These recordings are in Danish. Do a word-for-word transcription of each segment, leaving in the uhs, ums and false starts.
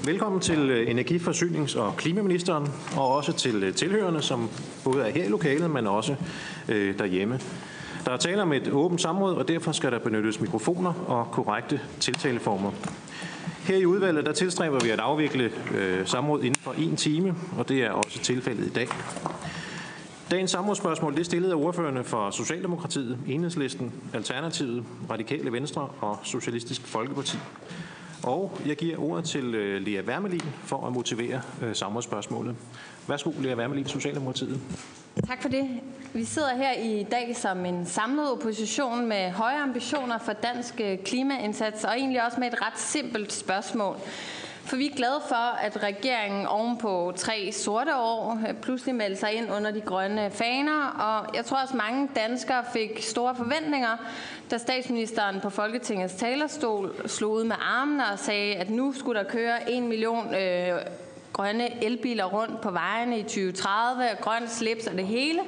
Velkommen til energi-, forsynings- og klimaministeren, og også til tilhørende, som både er her i lokalet, men også øh, derhjemme. Der er tale om et åbent samråd, og derfor skal der benyttes mikrofoner og korrekte tiltaleformer. Her i udvalget der tilstræber vi at afvikle øh, samråd inden for en time, og det er også tilfældet i dag. Dagens samrådsspørgsmål det er stillet af ordførerne for Socialdemokratiet, Enhedslisten, Alternativet, Radikale Venstre og Socialistisk Folkeparti. Og jeg giver ordet til øh, Lea Wermelin for at motivere øh, samrådsspørgsmålet. Værsgo, Lea Wermelin, Socialdemokratiet. Tak for det. Vi sidder her i dag som en samlet opposition med høje ambitioner for dansk klimaindsats, og egentlig også med et ret simpelt spørgsmål. For vi er glade for, at regeringen ovenpå tre sorte år pludselig meldte sig ind under de grønne faner, og jeg tror også mange danskere fik store forventninger, da statsministeren på Folketingets talerstol slog ud med armene og sagde, at nu skulle der køre en million øh, grønne elbiler rundt på vejene i tyve tredive, og grøn slips og det hele.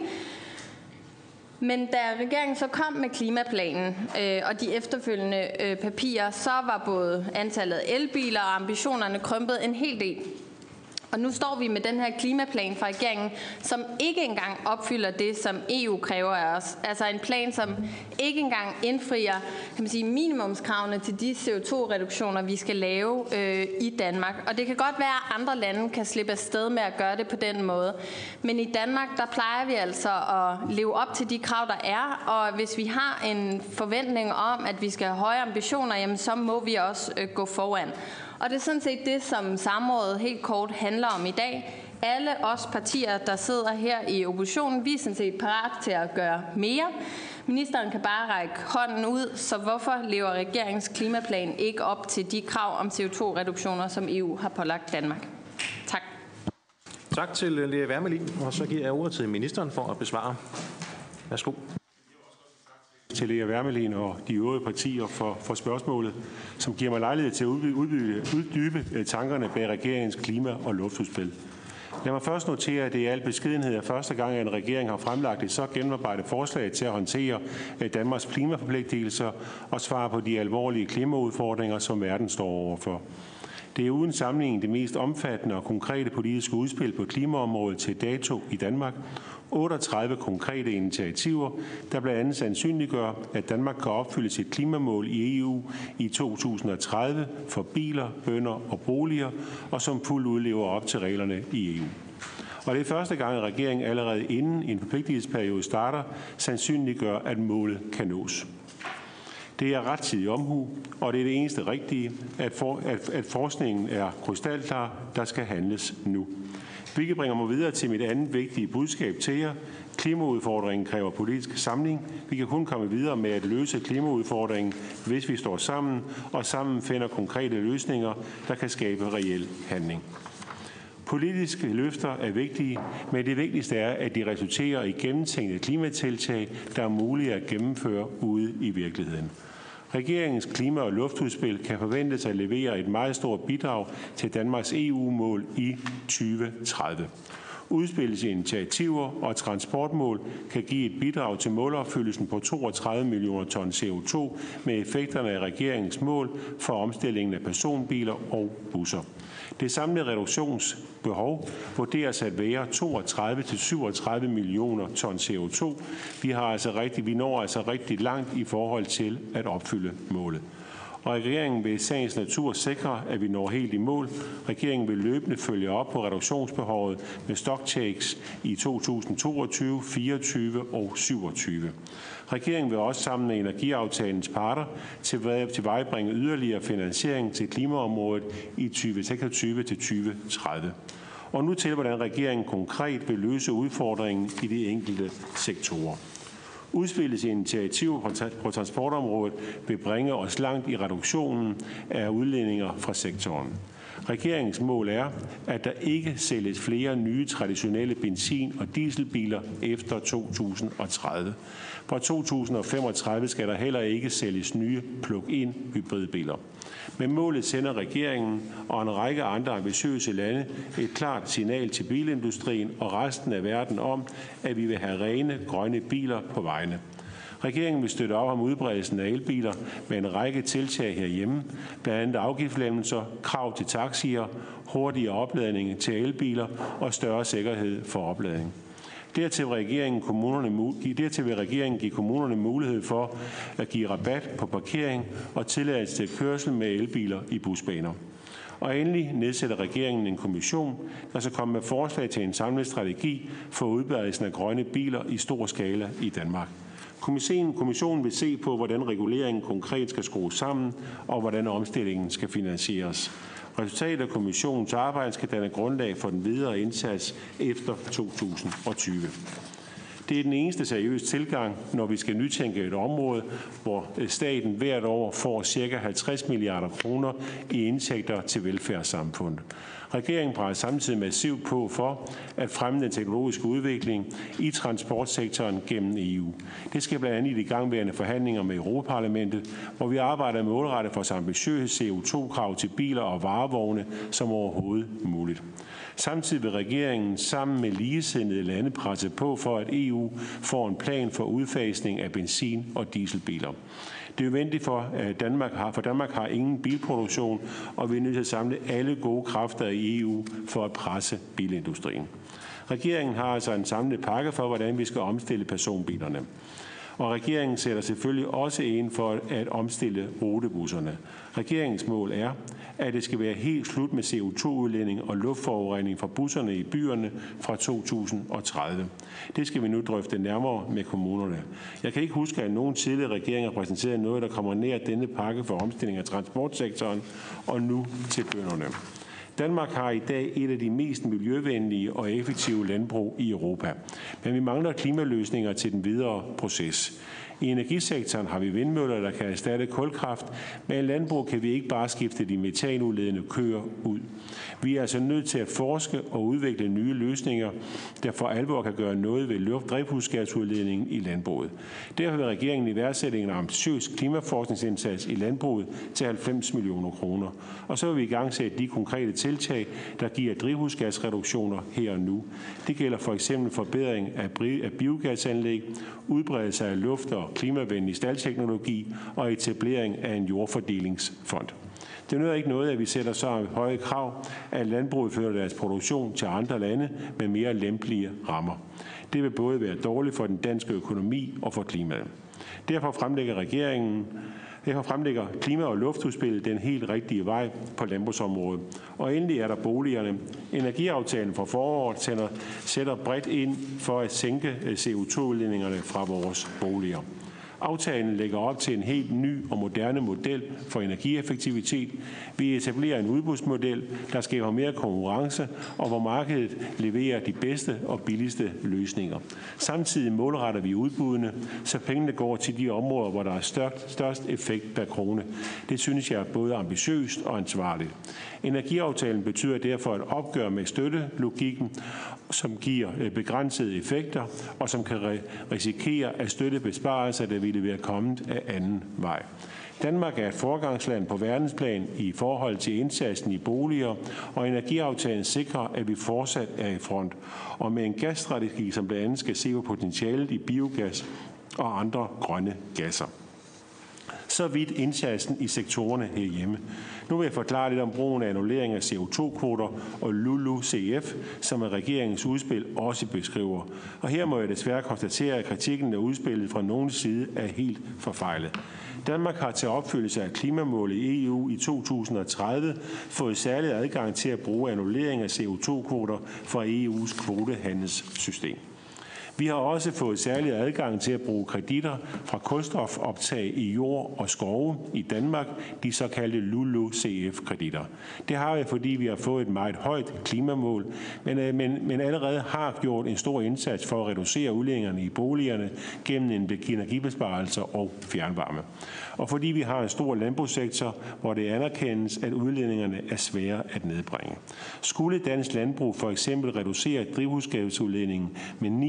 Men da regeringen så kom med klimaplanen øh, og de efterfølgende øh, papirer, så var både antallet af elbiler og ambitionerne krympet en hel del. Og nu står vi med den her klimaplan fra regeringen, som ikke engang opfylder det, som E U kræver af os. Altså en plan, som ikke engang indfrier kan man sige, minimumskravene til de C O to reduktioner, vi skal lave øh, i Danmark. Og det kan godt være, at andre lande kan slippe afsted med at gøre det på den måde. Men i Danmark, der plejer vi altså at leve op til de krav, der er. Og hvis vi har en forventning om, at vi skal have høje ambitioner, jamen, så må vi også øh, gå foran. Og det er sådan set det, som samrådet helt kort handler om i dag. Alle os partier, der sidder her i oppositionen, vi er sådan set parat til at gøre mere. Ministeren kan bare række hånden ud, så hvorfor lever regeringens klimaplan ikke op til de krav om C O to reduktioner, som E U har pålagt Danmark? Tak. Tak til Lea Wermelin, og så giver jeg ordet til ministeren for at besvare. Værsgo. Til Lea Wermelin og de øvrige partier for, for spørgsmålet, som giver mig lejlighed til at uddybe, uddybe tankerne bag regeringens klima- og luftudspil. Lad mig først notere, at det i al beskedenhed er første gang, at en regering har fremlagt et så gennemarbejdet forslag til at håndtere Danmarks klimaforpligtelser og svare på de alvorlige klimaudfordringer, som verden står overfor. Det er uden sammenligning det mest omfattende og konkrete politiske udspil på klimaområdet til dato i Danmark. otteogtredive konkrete initiativer, der blandt andet sandsynliggør, at Danmark kan opfylde sit klimamål i E U i to tusind og tredive for biler, bønder og boliger, og som fuldt ud lever op til reglerne i E U. Og det er første gang, at regeringen allerede inden en forpligtelsesperiode starter, sandsynliggør, at målet kan nås. Det er rettidig omhu, og det er det eneste rigtige, at, for, at, at forskningen er krystalklar, der skal handles nu. Hvilket bringer mig videre til mit andet vigtige budskab til jer. Klimaudfordringen kræver politisk samling. Vi kan kun komme videre med at løse klimaudfordringen, hvis vi står sammen og sammen finder konkrete løsninger, der kan skabe reel handling. Politiske løfter er vigtige, men det vigtigste er, at de resulterer i gennemtænkte klimatiltag, der er mulige at gennemføre ude i virkeligheden. Regeringens klima- og luftudspil kan forventes at levere et meget stort bidrag til Danmarks E U-mål i tyve tredive. Udspillets initiativer og transportmål kan give et bidrag til målopfyldelsen på toogtredive millioner ton C O to med effekterne af regeringens mål for omstillingen af personbiler og busser. Det samlede reduktionsbehov vurderes at være toogtredive til syvogtredive millioner ton C O to. Vi, har altså rigtig, vi når altså rigtig langt i forhold til at opfylde målet. Og regeringen vil i sagens natur sikre, at vi når helt i mål. Regeringen vil løbende følge op på reduktionsbehovet med stocktakes i to tusind og toogtyve, fireogtyve og syvogtyve. Regeringen vil også sammen med energiaftalens parter tilvejebringe yderligere finansiering til klimaområdet i tyve seksogtyve til tyve tredive. Og nu til, hvordan regeringen konkret vil løse udfordringen i de enkelte sektorer. Udspillets initiativer på transportområdet vil bringe os langt i reduktionen af udledninger fra sektoren. Regeringens mål er, at der ikke sælges flere nye traditionelle benzin- og dieselbiler efter to tusind og tredive. Fra to tusind og femogtredive skal der heller ikke sælges nye plug-in hybridbiler. Med målet sender regeringen og en række andre ambitiøse lande et klart signal til bilindustrien og resten af verden om, at vi vil have rene, grønne biler på vejene. Regeringen vil støtte op om udbredelsen af elbiler med en række tiltag herhjemme, blandt andet afgiftslettelser, krav til taxier, hurtigere opladning til elbiler og større sikkerhed for opladning. Dertil vil, regeringen kommunerne, dertil vil regeringen give kommunerne mulighed for at give rabat på parkering og tilladelse til kørsel med elbiler i busbaner. Og endelig nedsætter regeringen en kommission, der skal komme med forslag til en samlet strategi for udbredelsen af grønne biler i stor skala i Danmark. Kommissionen vil se på, hvordan reguleringen konkret skal skrues sammen, og hvordan omstillingen skal finansieres. Resultatet af kommissionens arbejde skal danne grundlag for den videre indsats efter to tusind og tyve. Det er den eneste seriøse tilgang, når vi skal nytænke et område, hvor staten hvert år får ca. halvtreds milliarder kroner i indtægter til velfærdssamfundet. Regeringen peger samtidig massivt på for at fremme den teknologiske udvikling i transportsektoren gennem E U. Det skal blandt andet i de igangværende forhandlinger med Europaparlamentet, hvor vi arbejder målrettet for så ambitiøse C O to krav til biler og varevogne som overhovedet muligt. Samtidig vil regeringen sammen med ligesindede lande presse på for, at E U får en plan for udfasning af benzin- og dieselbiler. Det er nødvendigt for, at Danmark har, for Danmark har ingen bilproduktion, og vi er nødt til at samle alle gode kræfter i E U for at presse bilindustrien. Regeringen har altså en samlet pakke for, hvordan vi skal omstille personbilerne. Og regeringen sætter selvfølgelig også ind for at omstille rutebusserne. Regeringens mål er, at det skal være helt slut med C O to udledning og luftforurening fra busserne i byerne fra to tusind og tredive. Det skal vi nu drøfte nærmere med kommunerne. Jeg kan ikke huske, at nogen tidligere regering har præsenteret noget, der kommer nær denne pakke for omstilling af transportsektoren, og nu til bønderne. Danmark har i dag et af de mest miljøvenlige og effektive landbrug i Europa, men vi mangler klimaløsninger til den videre proces. I energisektoren har vi vindmøller, der kan erstatte kulkraft, men i landbrug kan vi ikke bare skifte de metanudledende køer ud. Vi er altså nødt til at forske og udvikle nye løsninger, der for alvor kan gøre noget ved drivhusgasudledningen i landbruget. Derfor vil regeringen iværksætte en ambitiøs klimaforskningsindsats i landbruget til halvfems millioner kroner. Og så vil vi i gang sætte de konkrete tiltag, der giver drivhusgasreduktioner her og nu. Det gælder for eksempel forbedring af biogasanlæg, udbredelse af luft- og klimavenlig staldteknologi og etablering af en jordfordelingsfond. Det nytter ikke noget, at vi sætter så høje krav, at landbruget fører deres produktion til andre lande med mere lempelige rammer. Det vil både være dårligt for den danske økonomi og for klimaet. Derfor fremlægger regeringen Derfor fremlægger klima- og luftudspillet den helt rigtige vej på landbrugsområdet. Og endelig er der boligerne. Energiaftalen fra foråret sætter bredt ind for at sænke C O to udledningerne fra vores boliger. Aftalen lægger op til en helt ny og moderne model for energieffektivitet. Vi etablerer en udbudsmodel, der skaber mere konkurrence, og hvor markedet leverer de bedste og billigste løsninger. Samtidig målretter vi udbuddene, så pengene går til de områder, hvor der er størst, størst effekt per krone. Det synes jeg er både ambitiøst og ansvarligt. Energiaftalen betyder derfor et opgør med støttelogikken, som giver begrænsede effekter, og som kan risikere at støtte besparelser, der ville være kommet af anden vej. Danmark er et foregangsland på verdensplan i forhold til indsatsen i boliger, og energiaftalen sikrer, at vi fortsat er i front. Og med en gasstrategi, som blandt andet skal se på potentialet i biogas og andre grønne gasser. Så vidt indsatsen i sektorerne herhjemme. Nu vil jeg forklare lidt om brugen af annullering af C O to kvoter og L U L U C F, som regeringens udspil også beskriver. Og her må jeg desværre konstatere, at kritikken af udspillet fra nogens side er helt forfejlet. Danmark har til opfyldelse af klimamålet i E U i to tusind og tredive fået særlig adgang til at bruge annullering af C O to kvoter fra E U's kvotehandelssystem. Vi har også fået særlig adgang til at bruge kreditter fra kulstofoptag i jord og skove i Danmark, de såkaldte L U L U C F-kreditter. Det har vi, fordi vi har fået et meget højt klimamål, men, men, men allerede har gjort en stor indsats for at reducere udledningerne i boligerne gennem en energibesparelser og fjernvarme. Og fordi vi har en stor landbrugssektor, hvor det anerkendes, at udledningerne er svære at nedbringe. Skulle dansk landbrug for eksempel reducere drivhusgasudledningen med niogtredive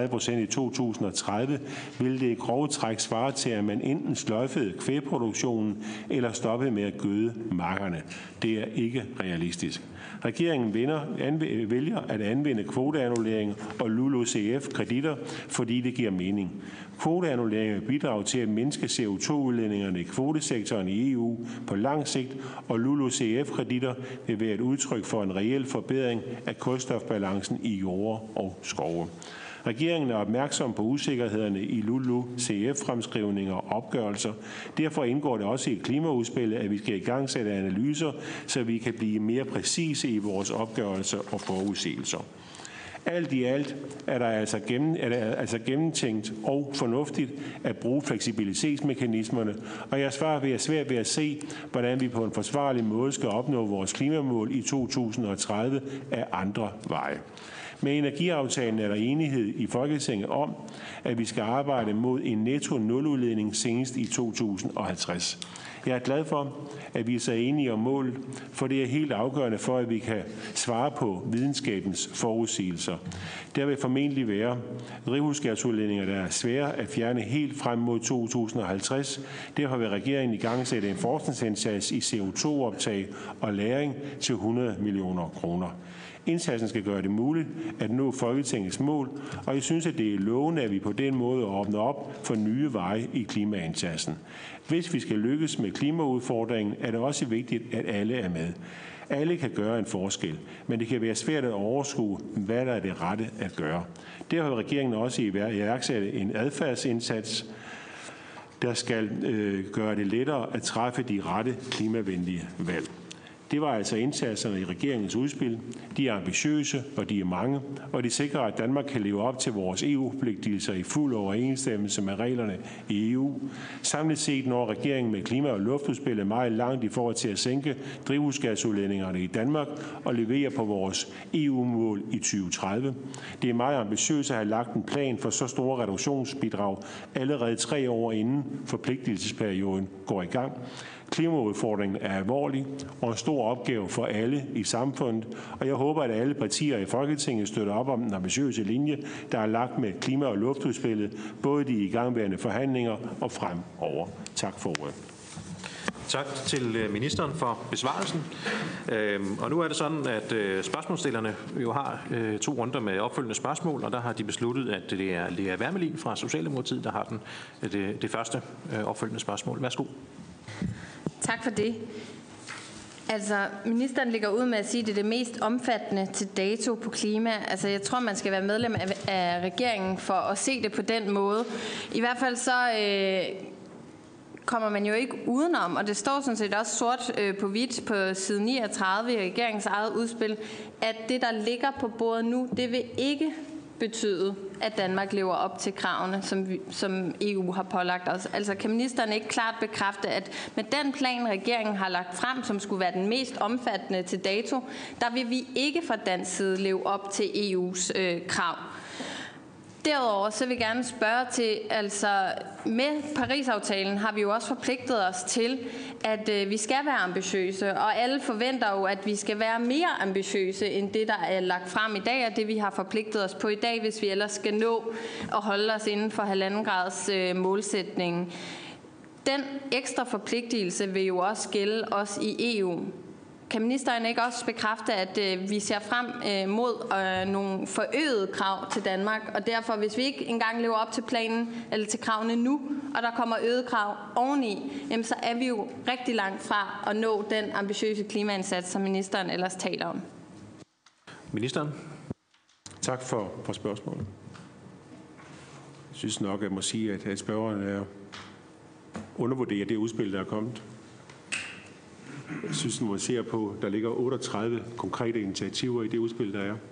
tredive procent i to tusind og tredive, ville det i grove træk svare til, at man enten sløjfede kvægproduktionen eller stoppede med at gøde markerne. Det er ikke realistisk. Regeringen vinder, anv- vælger at anvende kvoteannullering og L U L U C F-kreditter, fordi det giver mening. Kvoteannullering vil bidrage til at mindske C O to udledningerne i kvotesektoren i E U på lang sigt, og L U L U C F-kreditter vil være et udtryk for en reel forbedring af kulstofbalancen i jorde og skove. Regeringen er opmærksom på usikkerhederne i L U L U C F-fremskrivninger og opgørelser. Derfor indgår det også i et klimaudspil, at vi skal i gang sætte analyser, så vi kan blive mere præcise i vores opgørelser og forudsigelser. Alt i alt er der altså, gennem, er der altså gennemtænkt og fornuftigt at bruge fleksibilitetsmekanismerne, og jeg svarer ved at svært ved at se, hvordan vi på en forsvarlig måde skal opnå vores klimamål i to tusind og tredive af andre veje. Med energiaftalen er der enighed i Folketinget om, at vi skal arbejde mod en netto nuludledning senest i to tusind og halvtreds. Jeg er glad for, at vi er så enige om målet, for det er helt afgørende for, at vi kan svare på videnskabens forudsigelser. Der vil formentlig være drivhusgasudledninger, der er svære at fjerne helt frem mod to tusind og halvtreds. Derfor vil regeringen i gang sætte en forskningsindsats i C O to optag og lagring til hundrede millioner kroner. Indsatsen skal gøre det muligt at nå Folketingets mål, og jeg synes, at det er lovende, at vi på den måde åbner op for nye veje i klimaindsatsen. Hvis vi skal lykkes med klimaudfordringen, er det også vigtigt, at alle er med. Alle kan gøre en forskel, men det kan være svært at overskue, hvad der er det rette at gøre. Derfor vil regeringen også iværksætte en adfærdsindsats, der skal øh, gøre det lettere at træffe de rette klimavenlige valg. Det var altså indsatserne i regeringens udspil. De er ambitiøse, og de er mange, og de sikrer, at Danmark kan leve op til vores E U-forpligtelser i fuld overensstemmelse med reglerne i E U. Samlet set når regeringen med klima- og luftudspillet meget langt i forhold til at sænke drivhusgasudledningerne i Danmark og levere på vores E U-mål i tyve tredive. Det er meget ambitiøst at have lagt en plan for så store reduktionsbidrag allerede tre år inden forpligtelsesperioden går i gang. Klimaudfordringen er alvorlig og en stor opgave for alle i samfundet, og jeg håber, at alle partier i Folketinget støtter op om den ambitiøse linje, der er lagt med klima- og luftudspillet, både de igangværende forhandlinger og fremover. Tak for ordet. Tak til ministeren for besvarelsen. Og nu er det sådan, at spørgsmålsstillerne jo har to runder med opfølgende spørgsmål, og der har de besluttet, at det er Lea Wermelin fra Socialdemokratiet, der har den, det, det første opfølgende spørgsmål. Værsgo. Tak for det. Altså, ministeren ligger ud med at sige, at det er det mest omfattende til dato på klima. Altså, jeg tror, man skal være medlem af, af regeringen for at se det på den måde. I hvert fald så øh, kommer man jo ikke udenom, og det står sådan set også sort øh, på hvidt på side niogtredive i regeringens eget udspil, at det, der ligger på bordet nu, det vil ikke betyde, at Danmark lever op til kravene, som, vi, som E U har pålagt os. Altså kan ministeren ikke klart bekræfte, at med den plan, regeringen har lagt frem, som skulle være den mest omfattende til dato, der vil vi ikke fra dansk side leve op til E U's øh, krav. Derudover så vil jeg gerne spørge til, altså med Paris-aftalen har vi jo også forpligtet os til, at øh, vi skal være ambitiøse, og alle forventer jo, at vi skal være mere ambitiøse end det, der er lagt frem i dag, og det vi har forpligtet os på i dag, hvis vi ellers skal nå at holde os inden for halvanden graders øh, målsætningen. Den ekstra forpligtelse vil jo også gælde os i E U. Kan ministeren ikke også bekræfte, at øh, vi ser frem øh, mod øh, nogle forøgede krav til Danmark, og derfor, hvis vi ikke engang lever op til planen eller til kravene nu, og der kommer øget krav oveni, jamen, så er vi jo rigtig langt fra at nå den ambitiøse klimaindsats, som ministeren ellers taler om. Ministeren. Tak for, for spørgsmålet. Jeg synes nok, at jeg må sige, at, at spørgeren er undervurderer det udspil, der er kommet. Jeg synes, når man ser på, der ligger otteogtredive konkrete initiativer i det udspil, der er.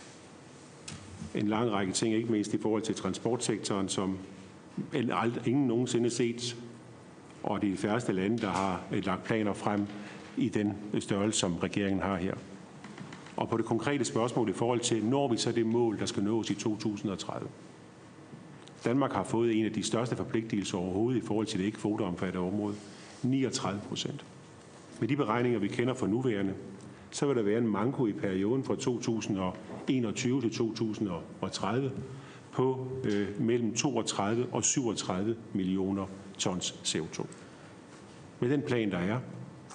En lang række ting, ikke mindst i forhold til transportsektoren, som ingen nogensinde set. Og det er de færreste lande, der har lagt planer frem i den størrelse, som regeringen har her. Og på det konkrete spørgsmål i forhold til, når vi så det mål, der skal nås i to tusind og tredive. Danmark har fået en af de største forpligtelser overhovedet i forhold til det ikke-kvoteomfattede område. niogtredive procent. Med de beregninger, vi kender for nuværende, så vil der være en manko i perioden fra to tusind og enogtyve til to tusind og tredive på øh, mellem toogtredive og syvogtredive millioner tons C O to. Med den plan, der er,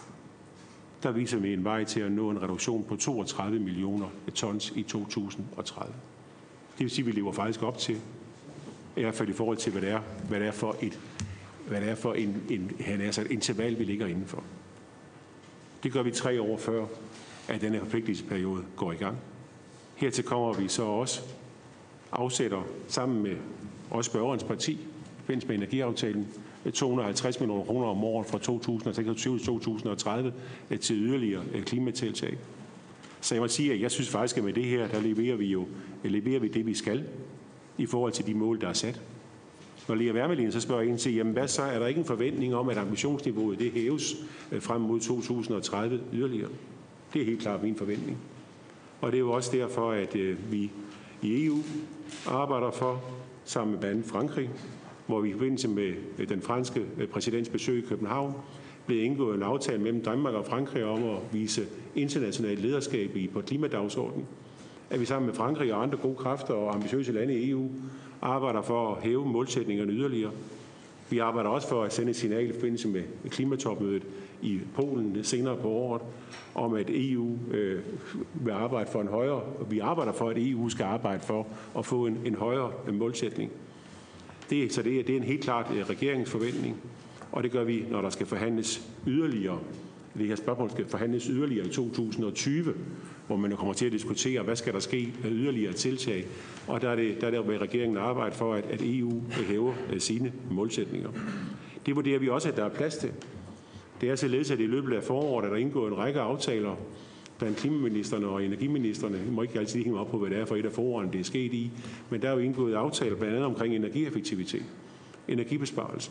der viser vi en vej til at nå en reduktion på toogtredive millioner tons i to tusind og tredive. Det vil sige, at vi lever faktisk op til, i hvert fald i forhold til, hvad det er, hvad det er for et, hvad det er for en, en, han er så et interval, vi ligger indenfor. Det gør vi tre år før, at denne forpligtelsesperiode går i gang. Hertil kommer vi så også afsætter sammen med også spørgerens parti, i forbindelse med energiaftalen, to hundrede og halvtreds millioner kroner om året fra to tusind og seksogtyve til to tusind og tredive til yderligere klimatiltag. Så jeg må sige, at jeg synes faktisk, at med det her, der leverer vi jo leverer vi det, vi skal, i forhold til de mål, der er sat. Når Lea Wermelin så spørger en til, jamen hvad så, er der ikke en forventning om, at ambitionsniveauet det hæves frem mod to tusind og tredive yderligere? Det er helt klart min forventning. Og det er jo også derfor, at vi i E U arbejder for, sammen med blandt andet Frankrig, hvor vi i forbindelse med den franske præsidents besøg i København blev indgået en aftale mellem Danmark og Frankrig om at vise internationalt lederskab i på klimadagsordenen. At vi sammen med Frankrig og andre gode kræfter og ambitiøse lande i E U arbejder for at hæve målsætningerne yderligere. Vi arbejder også for at sende et signal i forbindelse med klimatopmødet i Polen senere på året, om at E U øh, vil arbejde for en højere, vi arbejder for, at E U skal arbejde for at få en, en højere målsætning. Det, så det, det er en helt klart uh, regeringsforventning, og det gør vi, når der skal forhandles yderligere. Det her spørgsmål skal forhandles yderligere i to tusind og tyve, hvor man kommer til at diskutere, hvad skal der ske af yderligere tiltag. Og der er det, der er det, regeringen arbejde for, at, at E U hæver uh, sine målsætninger. Det vurderer vi også, at der er plads til. Det er således, at i løbet af foråret er der indgået en række aftaler blandt klimaministerne og energiministerne. Jeg må ikke altid hænge op på, hvad det er for et af forårene, det er sket i. Men der er jo indgået aftaler blandt andet omkring energieffektivitet, energibesparelser.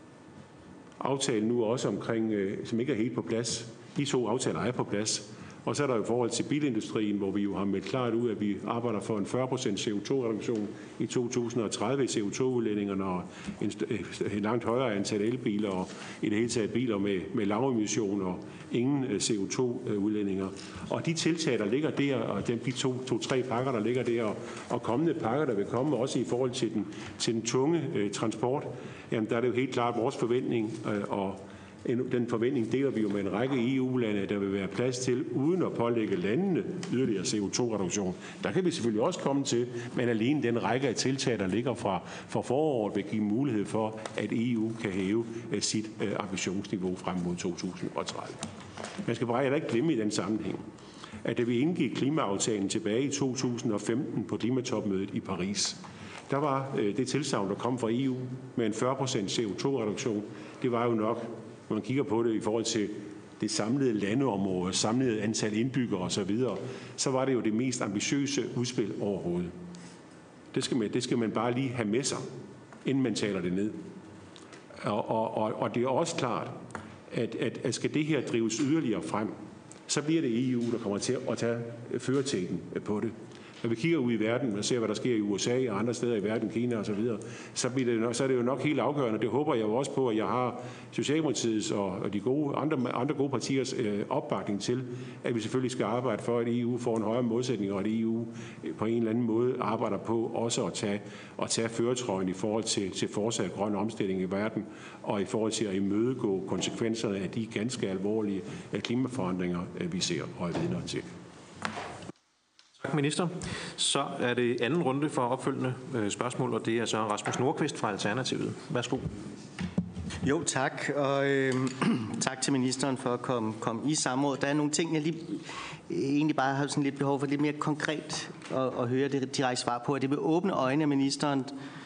Aftalen nu også omkring, som ikke er helt på plads. De to aftaler er på plads. Og så er der jo i forhold til bilindustrien, hvor vi jo har meldt klart ud, at vi arbejder for en fyrre procent C O to reduktion i to tusind og tredive i C O to udledningerne og en, en langt højere antal elbiler og i det hele taget biler med, med lavemission og ingen C O to udledninger. Og de tiltag, der ligger der, og de to, to, tre pakker, der ligger der, og, og kommende pakker, der vil komme også i forhold til den, til den tunge eh, transport, jamen der er det jo helt klart vores forventning eh, og den forventning deler vi jo med en række E U-lande, der vil være plads til, uden at pålægge landene yderligere C O to reduktion. Der kan vi selvfølgelig også komme til, men alene den række af tiltag, der ligger fra, fra foråret, vil give mulighed for, at E U kan hæve sit ambitionsniveau frem mod to tusind og tredive. Man skal bare ikke glemme i den sammenhæng, at da vi indgik klimaaftalen tilbage i to tusind og femten på klimatopmødet i Paris, der var det tilsagn, der kom fra E U med en fyrre procent C O to reduktion, det var jo nok, når man kigger på det i forhold til det samlede landeområde, samlede antal indbyggere osv., så var det jo det mest ambitiøse udspil overhovedet. Det skal man, det skal man bare lige have med sig, inden man taler det ned. Og, og, og, og det er også klart, at, at, at skal det her drives yderligere frem, så bliver det E U, der kommer til at tage førerteten på det. Når vi kigger ud i verden og ser, hvad der sker i U S A og andre steder i verden, Kina og så videre, så, bliver det nok, så er det jo nok helt afgørende. Det håber jeg jo også på, at jeg har Socialdemokratiets og de gode, andre, andre gode partiers øh, opbakning til, at vi selvfølgelig skal arbejde for, at E U får en højere modsætning, og at E U på en eller anden måde arbejder på også at tage, at tage førertrøjen i forhold til, til fortsat grøn omstilling i verden, og i forhold til at imødegå konsekvenserne af de ganske alvorlige klimaforandringer, vi ser og er vidner til. Tak, minister. Så er det anden runde for opfølgende spørgsmål, og det er så Rasmus Nordqvist fra Alternativet. Værsgo. Jo, tak, og øh, tak til ministeren for at komme, komme i samråd. Der er nogle ting, jeg lige, egentlig bare har sådan lidt behov for lidt mere konkret at, at høre det direkte svar på. Og det vil åbne øjne, at ministeren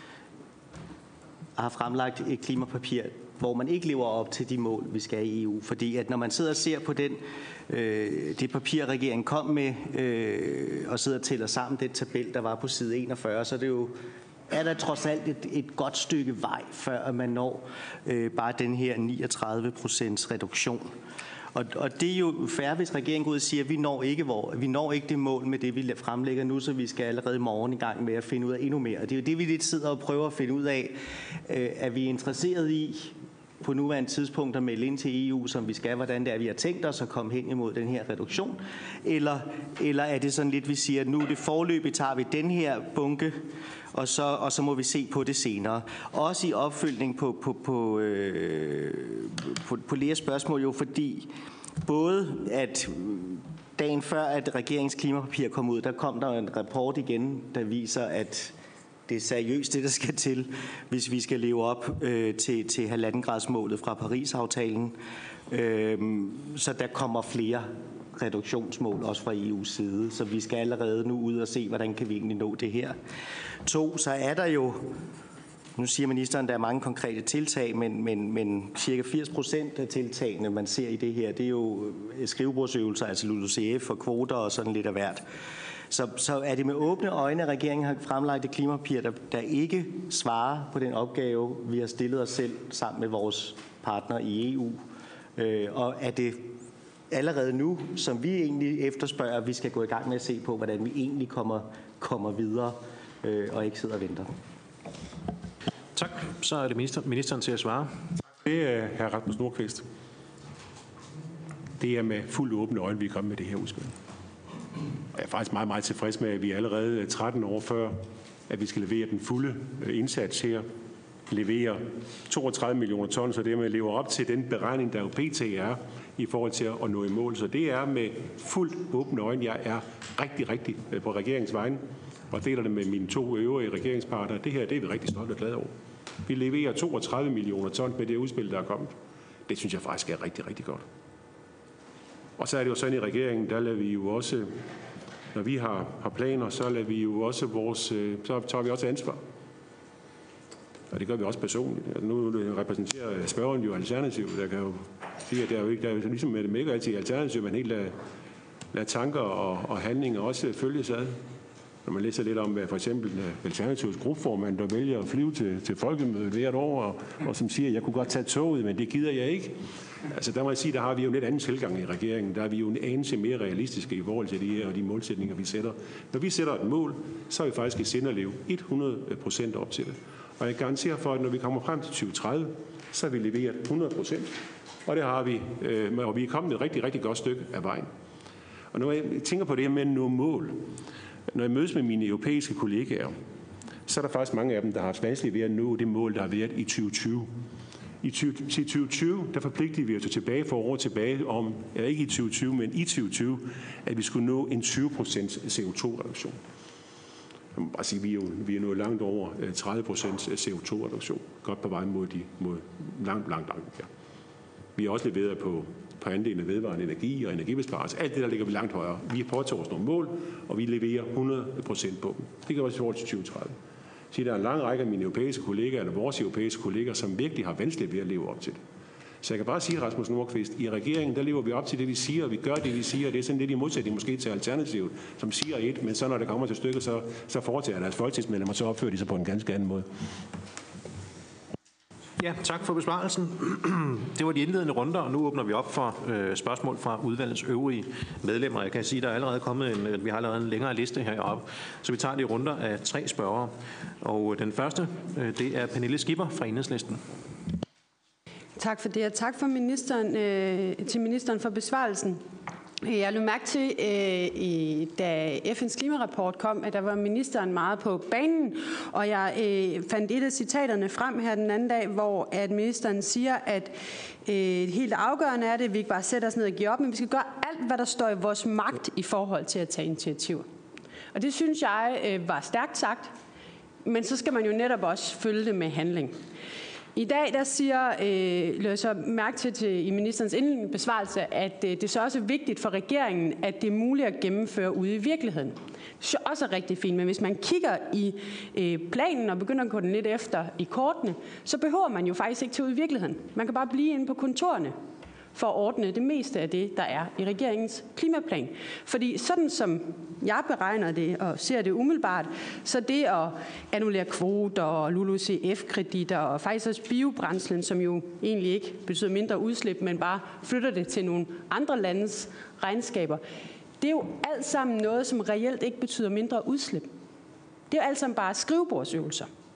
har fremlagt et klimapapir, hvor man ikke lever op til de mål, vi skal i E U. Fordi at når man sidder og ser på den, øh, det papir, regeringen kom med, øh, og sidder og tæller sammen den tabel, der var på side enogfyrre, så er det jo er der trods alt et, et godt stykke vej, før man når øh, bare den her niogtredive procents reduktion. Og, og det er jo fair, hvis regeringen går ud og siger, at vi når ikke, hvor, vi når ikke det mål med det, vi fremlægger nu, så vi skal allerede i morgen i gang med at finde ud af endnu mere. Og det er jo det, vi lidt sidder og prøver at finde ud af. Øh, er vi interesseret i på nuværende tidspunkt at melde ind til E U, som vi skal, hvordan det er, vi har tænkt os at komme hen imod den her reduktion? Eller, eller er det sådan lidt, vi siger, at nu er det forløbigt, tager vi den her bunke, og så, og så må vi se på det senere. Også i opfølgning på, på, på, øh, på, på Leas spørgsmål, jo fordi både at dagen før, at regeringens klimapapir kom ud, der kom der en rapport igen, der viser, at det er seriøst det, der skal til, hvis vi skal leve op øh, til, til halvanden gradsmålet fra Paris-aftalen. Øh, så der kommer flere reduktionsmål, også fra E U's side. Så vi skal allerede nu ud og se, hvordan kan vi egentlig nå det her. To, så er der jo, nu siger ministeren, at der er mange konkrete tiltag, men, men, men cirka firs procent af tiltagene, man ser i det her, det er jo skrivebordsøvelser, altså LULUCF og kvoter og sådan lidt af hvert. Så, så er det med åbne øjne, at regeringen har fremlagt et klimapapir, der, der ikke svarer på den opgave, vi har stillet os selv sammen med vores partner i E U. Øh, og er det allerede nu, som vi egentlig efterspørger, at vi skal gå i gang med at se på, hvordan vi egentlig kommer, kommer videre øh, og ikke sidder og venter. Tak. Så er det minister, ministeren til at svare. Det er hr. Rasmus Nordqvist. Det er med fuld åbne øjne, vi er kommet med det her udspil. Jeg er faktisk meget, meget tilfreds med, at vi allerede tretten år før, at vi skal levere den fulde indsats her, levere toogtredive millioner ton, så det med at leve op til den beregning, der jo pt. Er i forhold til at nå i mål. Så det er med fuldt åbne øjne. Jeg er rigtig, rigtig på regeringens vegne og deler det med mine to øvrige regeringspartnere. Det her, det er vi rigtig stolte og glade over. Vi leverer toogtredive millioner ton med det udspil, der er kommet. Det synes jeg faktisk er rigtig, rigtig godt. Og så er det jo sådan i regeringen, der lader vi jo også, når vi har, har planer, så lader vi jo også vores, så tager vi også ansvar. Og det gør vi også personligt. Altså nu repræsenterer spørgeren jo Alternativet. Der kan jo sige, at der er jo ikke, der er jo ligesom med det mega altid Alternativet, man helt lader, lader tanker og, og handlinger også følges ad. Når man læser lidt om, hvad for eksempel Alternativets gruppeformand, der vælger at flyve til, til folkemødet hvert år, og, og som siger, at jeg kunne godt tage toget, men det gider jeg ikke. Altså der må jeg sige, der har vi jo en lidt anden tilgang i regeringen. Der er vi jo en anelse mere realistiske i forhold til de her og de målsætninger, vi sætter. Når vi sætter et mål, så er vi faktisk i sind at leve hundrede procent op til det. Og jeg garanterer for, at når vi kommer frem til tyve tredive, så er vi leveret hundrede procent. Og det har vi, øh, og vi er kommet et rigtig, rigtig godt stykke af vejen. Og når jeg tænker på det her med at nå mål, når jeg mødes med mine europæiske kollegaer, så er der faktisk mange af dem, der har haft vanskeligt ved at nå det mål, der har været i tyve tyve. I tyve tyve, der forpligtede vi os tilbage for år tilbage om, ja, ikke i tyve tyve, men i tyve tyve, at vi skulle nå en tyve procent C O to reduktion. Jeg må bare sige, vi er, jo, vi er nået langt over tredive procent C O to reduktion. Godt på vej mod, de, mod langt, langt, langt. Ja. Vi har også leveret på, på andelen af vedvarende energi og energibesparelse. Alt det der ligger vi langt højere. Vi har påtaget os nogle mål, og vi leverer hundrede procent på dem. Det gør også i forhold til tyve tredive. Så der er en lang række af mine europæiske kollegaer, eller vores europæiske kollegaer, som virkelig har vanskeligt ved at leve op til det. Så jeg kan bare sige, Rasmus Nordqvist, i regeringen, der lever vi op til det, vi siger, og vi gør det, vi siger, og det er sådan lidt i modsætning måske til Alternativet, som siger et, men så når det kommer til stykket, så, så foretager deres folketingsmedlemmer, så opfører de sig på en ganske anden måde. Ja, tak for besvarelsen. Det var de indledende runder, og nu åbner vi op for øh, spørgsmål fra udvalgets øvrige medlemmer. Jeg kan sige, at der er allerede kommet en, vi har allerede en længere liste heroppe, så vi tager de runder af tre spørgere. Og den første, øh, det er Pernille Skipper fra Enhedslisten. Tak for det, og tak for ministeren, øh, til ministeren for besvarelsen. Jeg lå mærke til, øh, da F N's klimarapport kom, at der var ministeren meget på banen, og jeg øh, fandt et af citaterne frem her den anden dag, hvor at ministeren siger, at øh, helt afgørende er det, at vi ikke bare sætter os ned og giver op, men vi skal gøre alt, hvad der står i vores magt i forhold til at tage initiativer. Og det synes jeg øh, var stærkt sagt, men så skal man jo netop også følge det med handling. I dag der siger, øh, lød så mærke til, til i ministerens indledende besvarelse, at øh, det så også er vigtigt for regeringen, at det er muligt at gennemføre ude i virkeligheden. Det er også rigtig fint, men hvis man kigger i øh, planen og begynder at gå den lidt efter i kortene, så behøver man jo faktisk ikke til ude i virkeligheden. Man kan bare blive inde på kontorerne for at ordne det meste af det, der er i regeringens klimaplan. Fordi sådan som jeg beregner det og ser det umiddelbart, så det at annullere kvoter og LULUCF-kreditter og faktisk også biobrændslen, som jo egentlig ikke betyder mindre udslip, men bare flytter det til nogle andre landes regnskaber, det er jo alt sammen noget, som reelt ikke betyder mindre udslip. Det er jo alt sammen bare skrivebordsøvelser.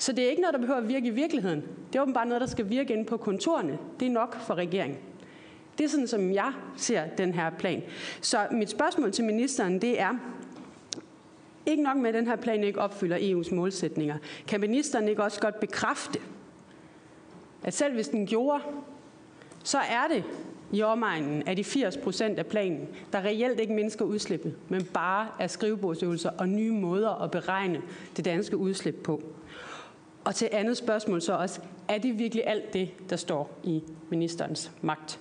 Så det er ikke noget, der behøver at virke i virkeligheden. Det er åbenbart noget, der skal virke inde på kontorerne. Det er nok for regeringen. Det er sådan, som jeg ser den her plan. Så mit spørgsmål til ministeren, det er, ikke nok med, at den her plan ikke opfylder E U's målsætninger. Kan ministeren ikke også godt bekræfte, at selv hvis den gjorde, så er det i omegnen af de firs procent af planen, der reelt ikke mindsker udslippet, men bare er skrivebordsøvelser og nye måder at beregne det danske udslip på. Og til andet spørgsmål så også, er det virkelig alt det, der står i ministerens magt?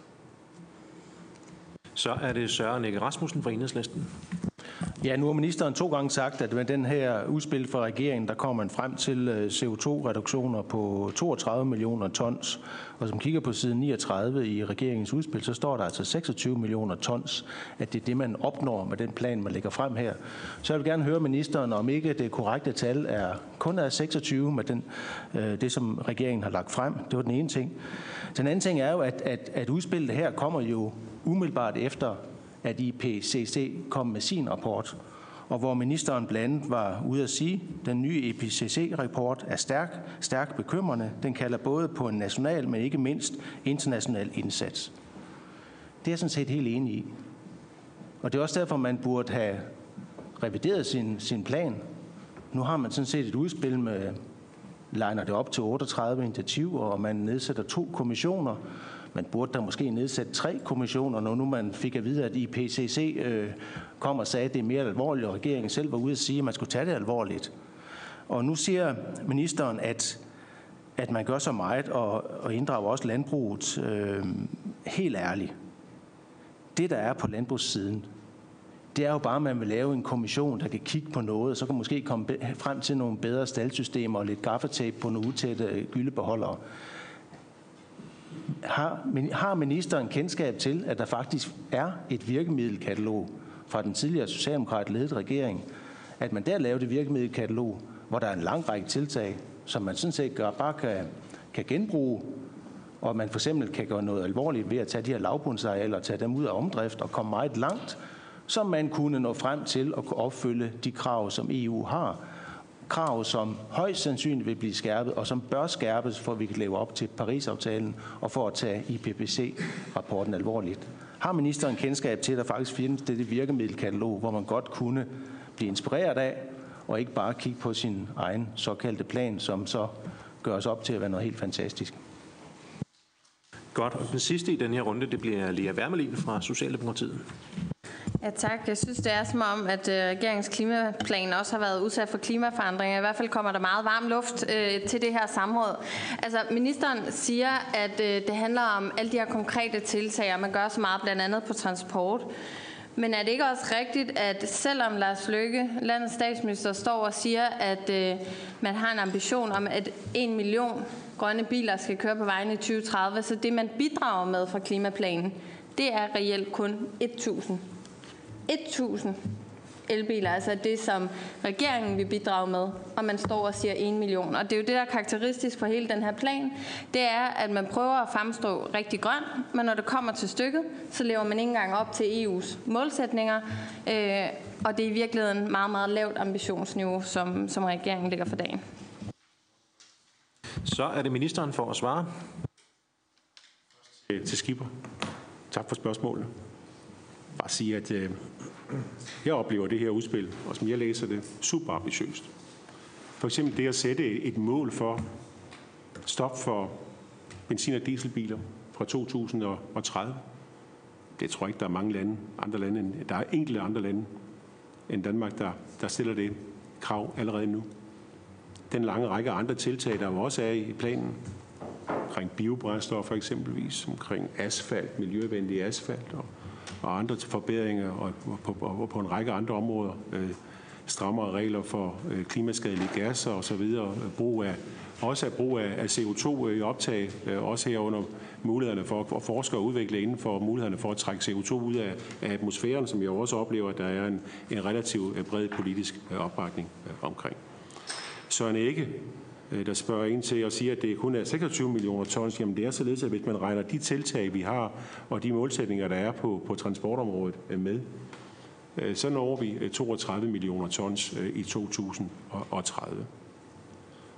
Så er det Søren Egge Rasmussen fra Enhedslisten. Ja, nu har ministeren to gange sagt, at med den her udspil fra regeringen, der kommer man frem til C O to reduktioner på toogtredive millioner tons. Og som kigger på side niogtredive i regeringens udspil, så står der altså seksogtyve millioner tons, at det er det, man opnår med den plan, man lægger frem her. Så jeg vil gerne høre ministeren, om ikke det korrekte tal er kun er seksogtyve med den, det, som regeringen har lagt frem. Det var den ene ting. Den anden ting er jo, at, at, at udspillet her kommer jo umiddelbart efter, at I P C C kom med sin rapport, og hvor ministeren blandt andet var ude at sige, at den nye I P C C-rapport er stærk, stærk bekymrende. Den kalder både på en national, men ikke mindst international indsats. Det er jeg sådan set helt enig i. Og det er også derfor, man burde have revideret sin, sin plan. Nu har man sådan set et udspil med, liner det op til otteogtredive initiativer, og man nedsætter to kommissioner. Man burde da måske nedsætte tre kommissioner, når nu man fik at vide, at I P C C øh, kom og sagde, at det er mere alvorligt, og regeringen selv var ude at sige, at man skulle tage det alvorligt. Og nu siger ministeren, at, at man gør så meget og, og inddrager også landbruget. Øh, helt ærligt. Det, der er på landbrugssiden, det er jo bare, at man vil lave en kommission, der kan kigge på noget, og så kan måske komme frem til nogle bedre staldsystemer og lidt gaffatape på nogle utætte gyldebeholdere. Har, har ministeren kendskab til, at der faktisk er et virkemiddelkatalog fra den tidligere socialdemokrat-ledede regering, at man der lavede et virkemiddelkatalog, hvor der er en lang række tiltag, som man sådan set gør, bare kan, kan genbruge, og man for eksempel kan gøre noget alvorligt ved at tage de her lavbundsarealer og tage dem ud af omdrift og komme meget langt, så man kunne nå frem til at kunne opfylde de krav, som E U har. Krav, som højst sandsynligt vil blive skærpet, og som bør skærpes, for at vi kan leve op til Paris-aftalen og for at tage I P P C-rapporten alvorligt. Har ministeren kendskab til, at der faktisk findes det virkemiddelkatalog, hvor man godt kunne blive inspireret af, og ikke bare kigge på sin egen såkaldte plan, som så gør os op til at være noget helt fantastisk? Godt. Og den sidste i den her runde, det bliver Lea Wermelin fra Socialdemokratiet. Ja, tak. Jeg synes, det er som om, at øh, regeringens klimaplan også har været udsat for klimaforandringer. I hvert fald kommer der meget varm luft øh, til det her samråd. Altså, ministeren siger, at øh, det handler om alle de her konkrete tiltag, og man gør så meget blandt andet på transport. Men er det ikke også rigtigt, at selvom Lars Løkke, landets statsminister, står og siger, at øh, man har en ambition om, at en million grønne biler skal køre på vejen i tyve tredive, så det, man bidrager med fra klimaplanen, det er reelt kun tusind. tusind elbiler, altså det, som regeringen vil bidrage med, og man står og siger en million. Og det er jo det, der er karakteristisk for hele den her plan. Det er, at man prøver at fremstå rigtig grøn, men når det kommer til stykket, så lever man ikke engang op til E U's målsætninger, øh, og det er i virkeligheden meget, meget lavt ambitionsniveau, som, som regeringen lægger for dagen. Så er det ministeren for at svare. Til Skipper. Tak for spørgsmålet. Bare sige, at øh, jeg oplever det her udspil, og som jeg læser det, super ambitiøst. For eksempel det at sætte et mål for stop for benzin- og dieselbiler fra to tusind og tredive. Det tror jeg ikke, der er mange lande, andre lande, end, der er enkelte andre lande end Danmark, der, der stiller det krav allerede nu. Den lange række andre tiltag, der jo også er i planen, omkring biobrændstoffer eksempelvis, omkring asfalt, miljøvenlig asfalt og og andre forbedringer og på, på, på en række andre områder, øh, strammere regler for øh, klimaskadelige gasser osv., brug af, også af brug af, af C O to i optag, øh, også herunder mulighederne for at forske og udvikle inden for mulighederne for at trække C O to ud af, af atmosfæren, som jeg også oplever, at der er en, en relativt bred politisk øh, opbakning øh, omkring. Søren Egge, der spørger ind til og siger, at det kun er seksogtyve millioner tons. Jamen det er således, at hvis man regner de tiltag, vi har, og de målsætninger, der er på, på transportområdet med, så når vi toogtredive millioner tons i to tusind og tredive.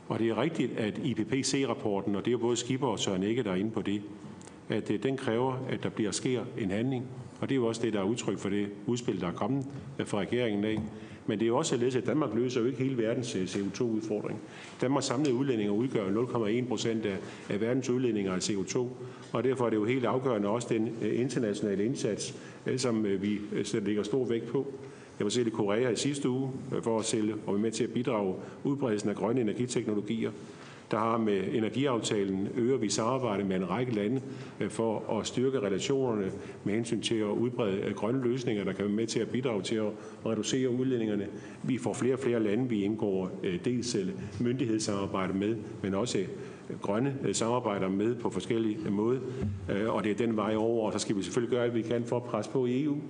Og det er rigtigt, at I P P C-rapporten, og det er både Skipper og Søren Egge, der er inde på det, at den kræver, at der bliver sker en handling. Og det er jo også det, der er udtryk for det udspil, der er kommet fra regeringen af. Men det er jo også således, at Danmark løser jo ikke hele verdens C O to udfordring. Danmarks samlede udledninger udgør nul komma en procent af, af verdens udledninger af C O to, og derfor er det jo helt afgørende også den internationale indsats, som vi lægger stor vægt på. Jeg var selv i Korea i sidste uge for at sælge og være med til at bidrage udbredelsen af grønne energiteknologier. Der har med energiaftalen øger vi samarbejde med en række lande for at styrke relationerne med hensyn til at udbrede grønne løsninger, der kan være med til at bidrage til at reducere udledningerne. Vi får flere og flere lande, vi indgår dels myndighedssamarbejde med, men også grønne samarbejder med på forskellige måder. Og det er den vej over, og så skal vi selvfølgelig gøre alt, vi kan for at presse på i E U.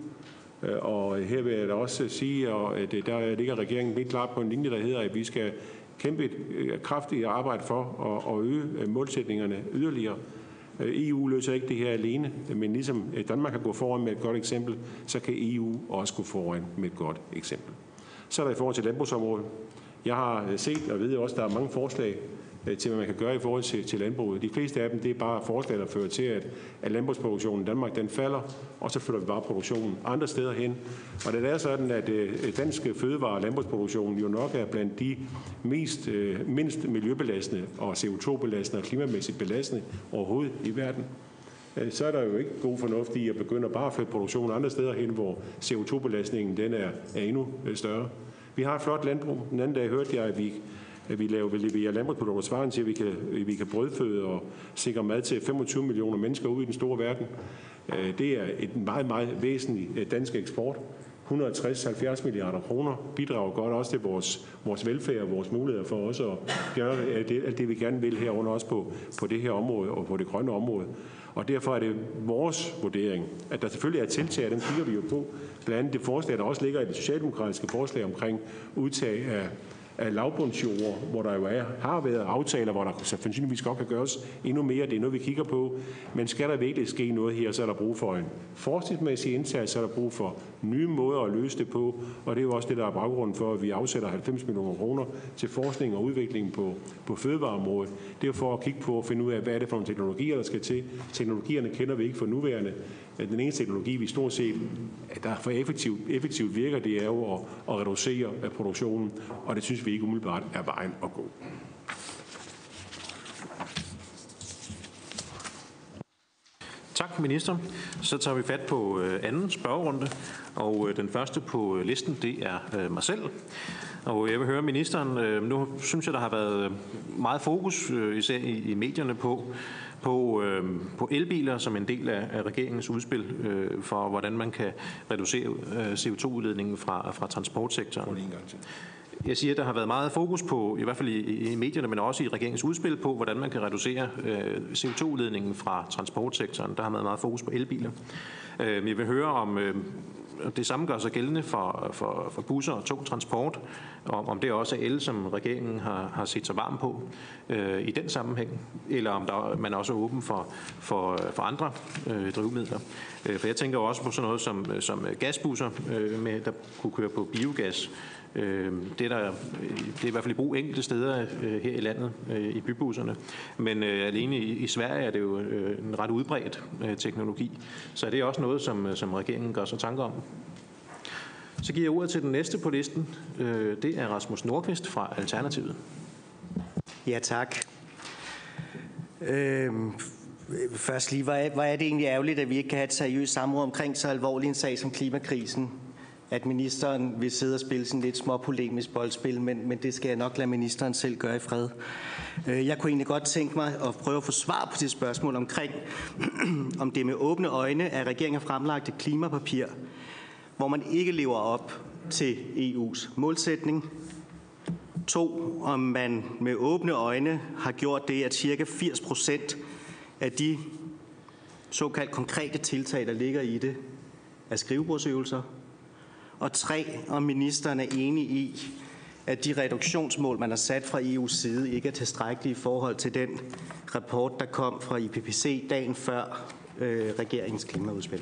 Og her vil jeg da også sige, at der ligger regeringen helt klart på en linje, der hedder, at vi skal kæmpe et kraftigt arbejde for at øge målsætningerne yderligere. E U løser ikke det her alene, men ligesom Danmark kan gå foran med et godt eksempel, så kan E U også gå foran med et godt eksempel. Så er der i forhold til landbrugsområdet. Jeg har set og ved også, at der er mange forslag til, hvad man kan gøre i forhold til, til landbruget. De fleste af dem, det er bare forslag, der fører til, at, at landbrugsproduktionen i Danmark, den falder, og så flytter vi bare produktionen andre steder hen. Og det er sådan, at øh, dansk fødevare- og landbrugsproduktion jo nok er blandt de mest, øh, mindst miljøbelastende og C O to belastende og klimamæssigt belastende overhovedet i verden. Så er der jo ikke god fornuft i at begynde at bare flytte produktionen andre steder hen, hvor C O to belastningen den er, er endnu større. Vi har et flot landbrug. Den anden dag hørte jeg, at vi at vi laver, leverer landbrugsprodukter svarende til, at vi kan, vi kan brødføde og sikre mad til femogtyve millioner mennesker ude i den store verden. Det er et meget, meget væsentligt dansk eksport. et hundrede og tres til halvfjerds milliarder kroner bidrager godt også til vores, vores velfærd og vores muligheder for også at gøre det, alt det, vi gerne vil herunder også på, på det her område og på det grønne område. Og derfor er det vores vurdering, at der selvfølgelig er tiltag, den kigger vi jo på. Blandt andet det forslag, der også ligger i det socialdemokratiske forslag omkring udtag af af lavbundsjord, hvor der jo er, har været aftaler, hvor der sandsynligvis godt kan gøres endnu mere. Det er noget, vi kigger på. Men skal der virkelig ske noget her, så er der brug for en forskningsmæssig indsats, så er der brug for nye måder at løse det på. Og det er jo også det, der er baggrunden for, at vi afsætter halvfems millioner kroner til forskning og udvikling på, på fødevareområdet. Det er jo for at kigge på at finde ud af, hvad er det for nogle teknologier, der skal til. Teknologierne kender vi ikke for nuværende. Den eneste teknologi, vi stort set, der for effektivt, effektivt virker, det er jo at, at reducere produktionen. Og det synes vi ikke umiddelbart er vejen at gå. Tak, minister. Så tager vi fat på anden spørgerunde, og den første på listen, det er mig selv. Og jeg vil høre ministeren, nu synes jeg, der har været meget fokus, især i medierne, på, på, på elbiler som en del af regeringens udspil for, hvordan man kan reducere C O to udledningen fra, fra transportsektoren. Jeg siger, at der har været meget fokus på, i hvert fald i, i medierne, men også i regeringens udspil på, hvordan man kan reducere øh, C O to udledningen fra transportsektoren. Der har været meget fokus på elbiler. Øh, jeg vil høre, om øh, det samme gør sig gældende for, for, for busser og tung transport, om, om det også er el, som regeringen har, har set sig varm på øh, i den sammenhæng, eller om der, man også er åben for, for, for andre øh, drivmidler. Øh, for jeg tænker også på sådan noget som, som gasbusser, øh, med, der kunne køre på biogas. Det er, der, det er i hvert fald i brug enkelte steder her i landet i bybusserne, men alene i Sverige er det jo en ret udbredt teknologi, så det er også noget, som, som regeringen gør sig tanker om. Så giver jeg ordet til den næste på listen. Det er Rasmus Nordqvist fra Alternativet. Ja, tak. Øhm, først lige, hvor er, hvor er det egentlig ærgerligt, at vi ikke kan have et seriøst samråd omkring så alvorlig en sag som klimakrisen, at ministeren vil sidde og spille sådan lidt småpolemisk boldspil, men, men det skal jeg nok lade ministeren selv gøre i fred. Jeg kunne egentlig godt tænke mig at prøve at få svar på det spørgsmål omkring, om det med åbne øjne, at regeringen har fremlagt et klimapapir, hvor man ikke lever op til E U's målsætning. To, om man med åbne øjne har gjort det, at cirka firs procent af de såkaldt konkrete tiltag, der ligger i det, er skrivebordsøvelser. Og tre, om ministeren er enig i, at de reduktionsmål, man har sat fra E U's side, ikke er tilstrækkelige i forhold til den rapport, der kom fra I P P C dagen før øh, regeringens klimaudspil.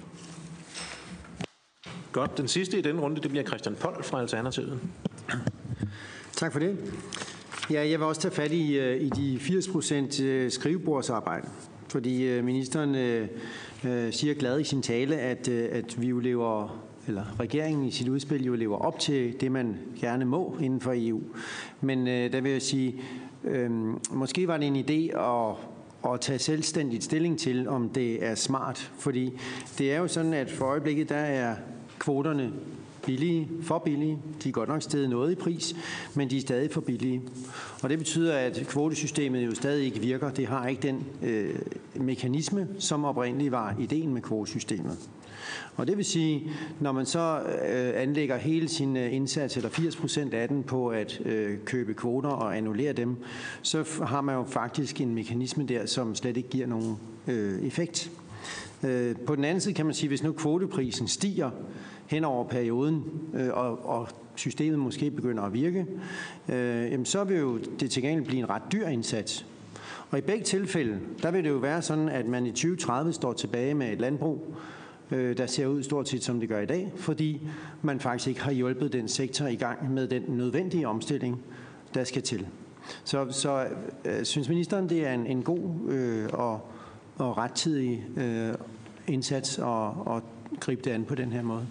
Godt. Den sidste i den runde, det bliver Christian Poll fra Alternativet. Tak for det. Ja, jeg vil også tage fat i, i de firs procent skrivebordsarbejde, fordi ministeren øh, siger glad i sin tale, at, at vi jo lever, eller regeringen i sit udspil jo lever op til det, man gerne må inden for E U. Men øh, der vil jeg sige, øh, måske var det en idé at at tage selvstændigt stilling til, om det er smart. Fordi det er jo sådan, at for øjeblikket, der er kvoterne billige, for billige. De er godt nok steget noget i pris, men de er stadig for billige. Og det betyder, at kvotesystemet jo stadig ikke virker. Det har ikke den øh, mekanisme, som oprindeligt var ideen med kvotesystemet. Og det vil sige, når man så øh, anlægger hele sin øh, indsats, eller firs procent af den, på at øh, købe kvoter og annullere dem, så har man jo faktisk en mekanisme der, som slet ikke giver nogen øh, effekt. Øh, på den anden side kan man sige, hvis nu kvoteprisen stiger hen over perioden, øh, og, og systemet måske begynder at virke, øh, jamen så vil jo det til gengæld blive en ret dyr indsats. Og i begge tilfælde, der vil det jo være sådan, at man i tyve tredive står tilbage med et landbrug, der ser ud stort set som det gør i dag, fordi man faktisk ikke har hjulpet den sektor i gang med den nødvendige omstilling, der skal til. Så, så øh, synes ministeren, det er en, en god øh, og, og rettidig øh, indsats at, at gribe det an på den her måde?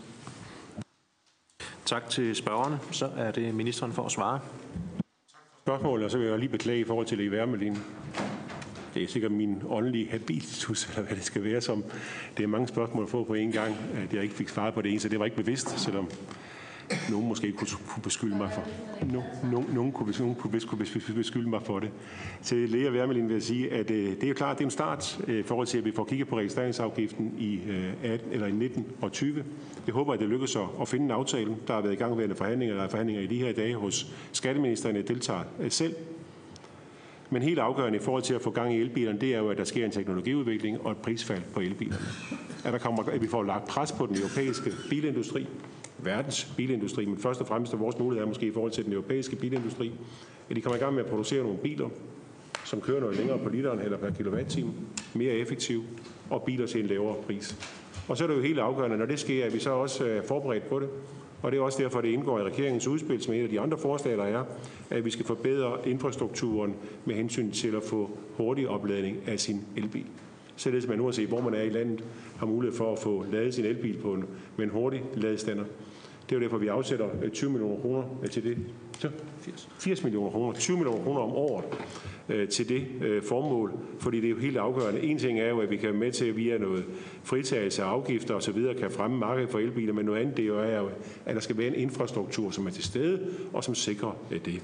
Tak til spørgerne. Så er det ministeren for at svare. Spørgsmålet, og så vil jeg lige beklage i forhold til Lea Wermelin. Det er sikkert min åndelige habitus, eller hvad det skal være, som det er mange spørgsmål at få på en gang, at jeg ikke fik svaret på det ene, så det var ikke bevidst, selvom nogen måske kunne, kunne beskylde mig for no, no, nogen kunne, nogen kunne, kunne beskylde mig for det. Til Lea Wermelin vil jeg sige, at øh, det er jo klart, det er en start i øh, forhold til, at vi får kigget på registreringsafgiften i, øh, atten, eller i nitten og tyve. Jeg håber, at det lykkes at, at finde en aftale. Der har været i gangværende forhandlinger, der er forhandlinger i de her dage hos skatteministeren, jeg deltager øh, selv. Men helt afgørende i forhold til at få gang i elbilerne, det er jo, at der sker en teknologiudvikling og et prisfald på elbilerne. At, der kommer, at vi får lagt pres på den europæiske bilindustri, verdens bilindustri, men først og fremmest er vores mulighed er måske i forhold til den europæiske bilindustri, at de kommer i gang med at producere nogle biler, som kører noget længere på literen eller per kilowatt-time, mere effektive, og biler til en lavere pris. Og så er det jo helt afgørende, når det sker, at vi så også er forberedt på det. Og det er også derfor, at det indgår i regeringens udspil, som et af de andre forslag, der er, at vi skal forbedre infrastrukturen med hensyn til at få hurtig opladning af sin elbil. Således man uanset hvor man er i landet, har mulighed for at få ladet sin elbil på en, med en hurtig ladestander. Det er jo derfor, vi afsætter tyve millioner kroner til det. firs millioner kroner, tyve millioner kroner om året til det formål, fordi det er jo helt afgørende. En ting er jo, at vi kan være med til via noget fritagelse af afgifter osv. kan fremme markedet for elbiler, men noget andet det er jo, at der skal være en infrastruktur, som er til stede og som sikrer det.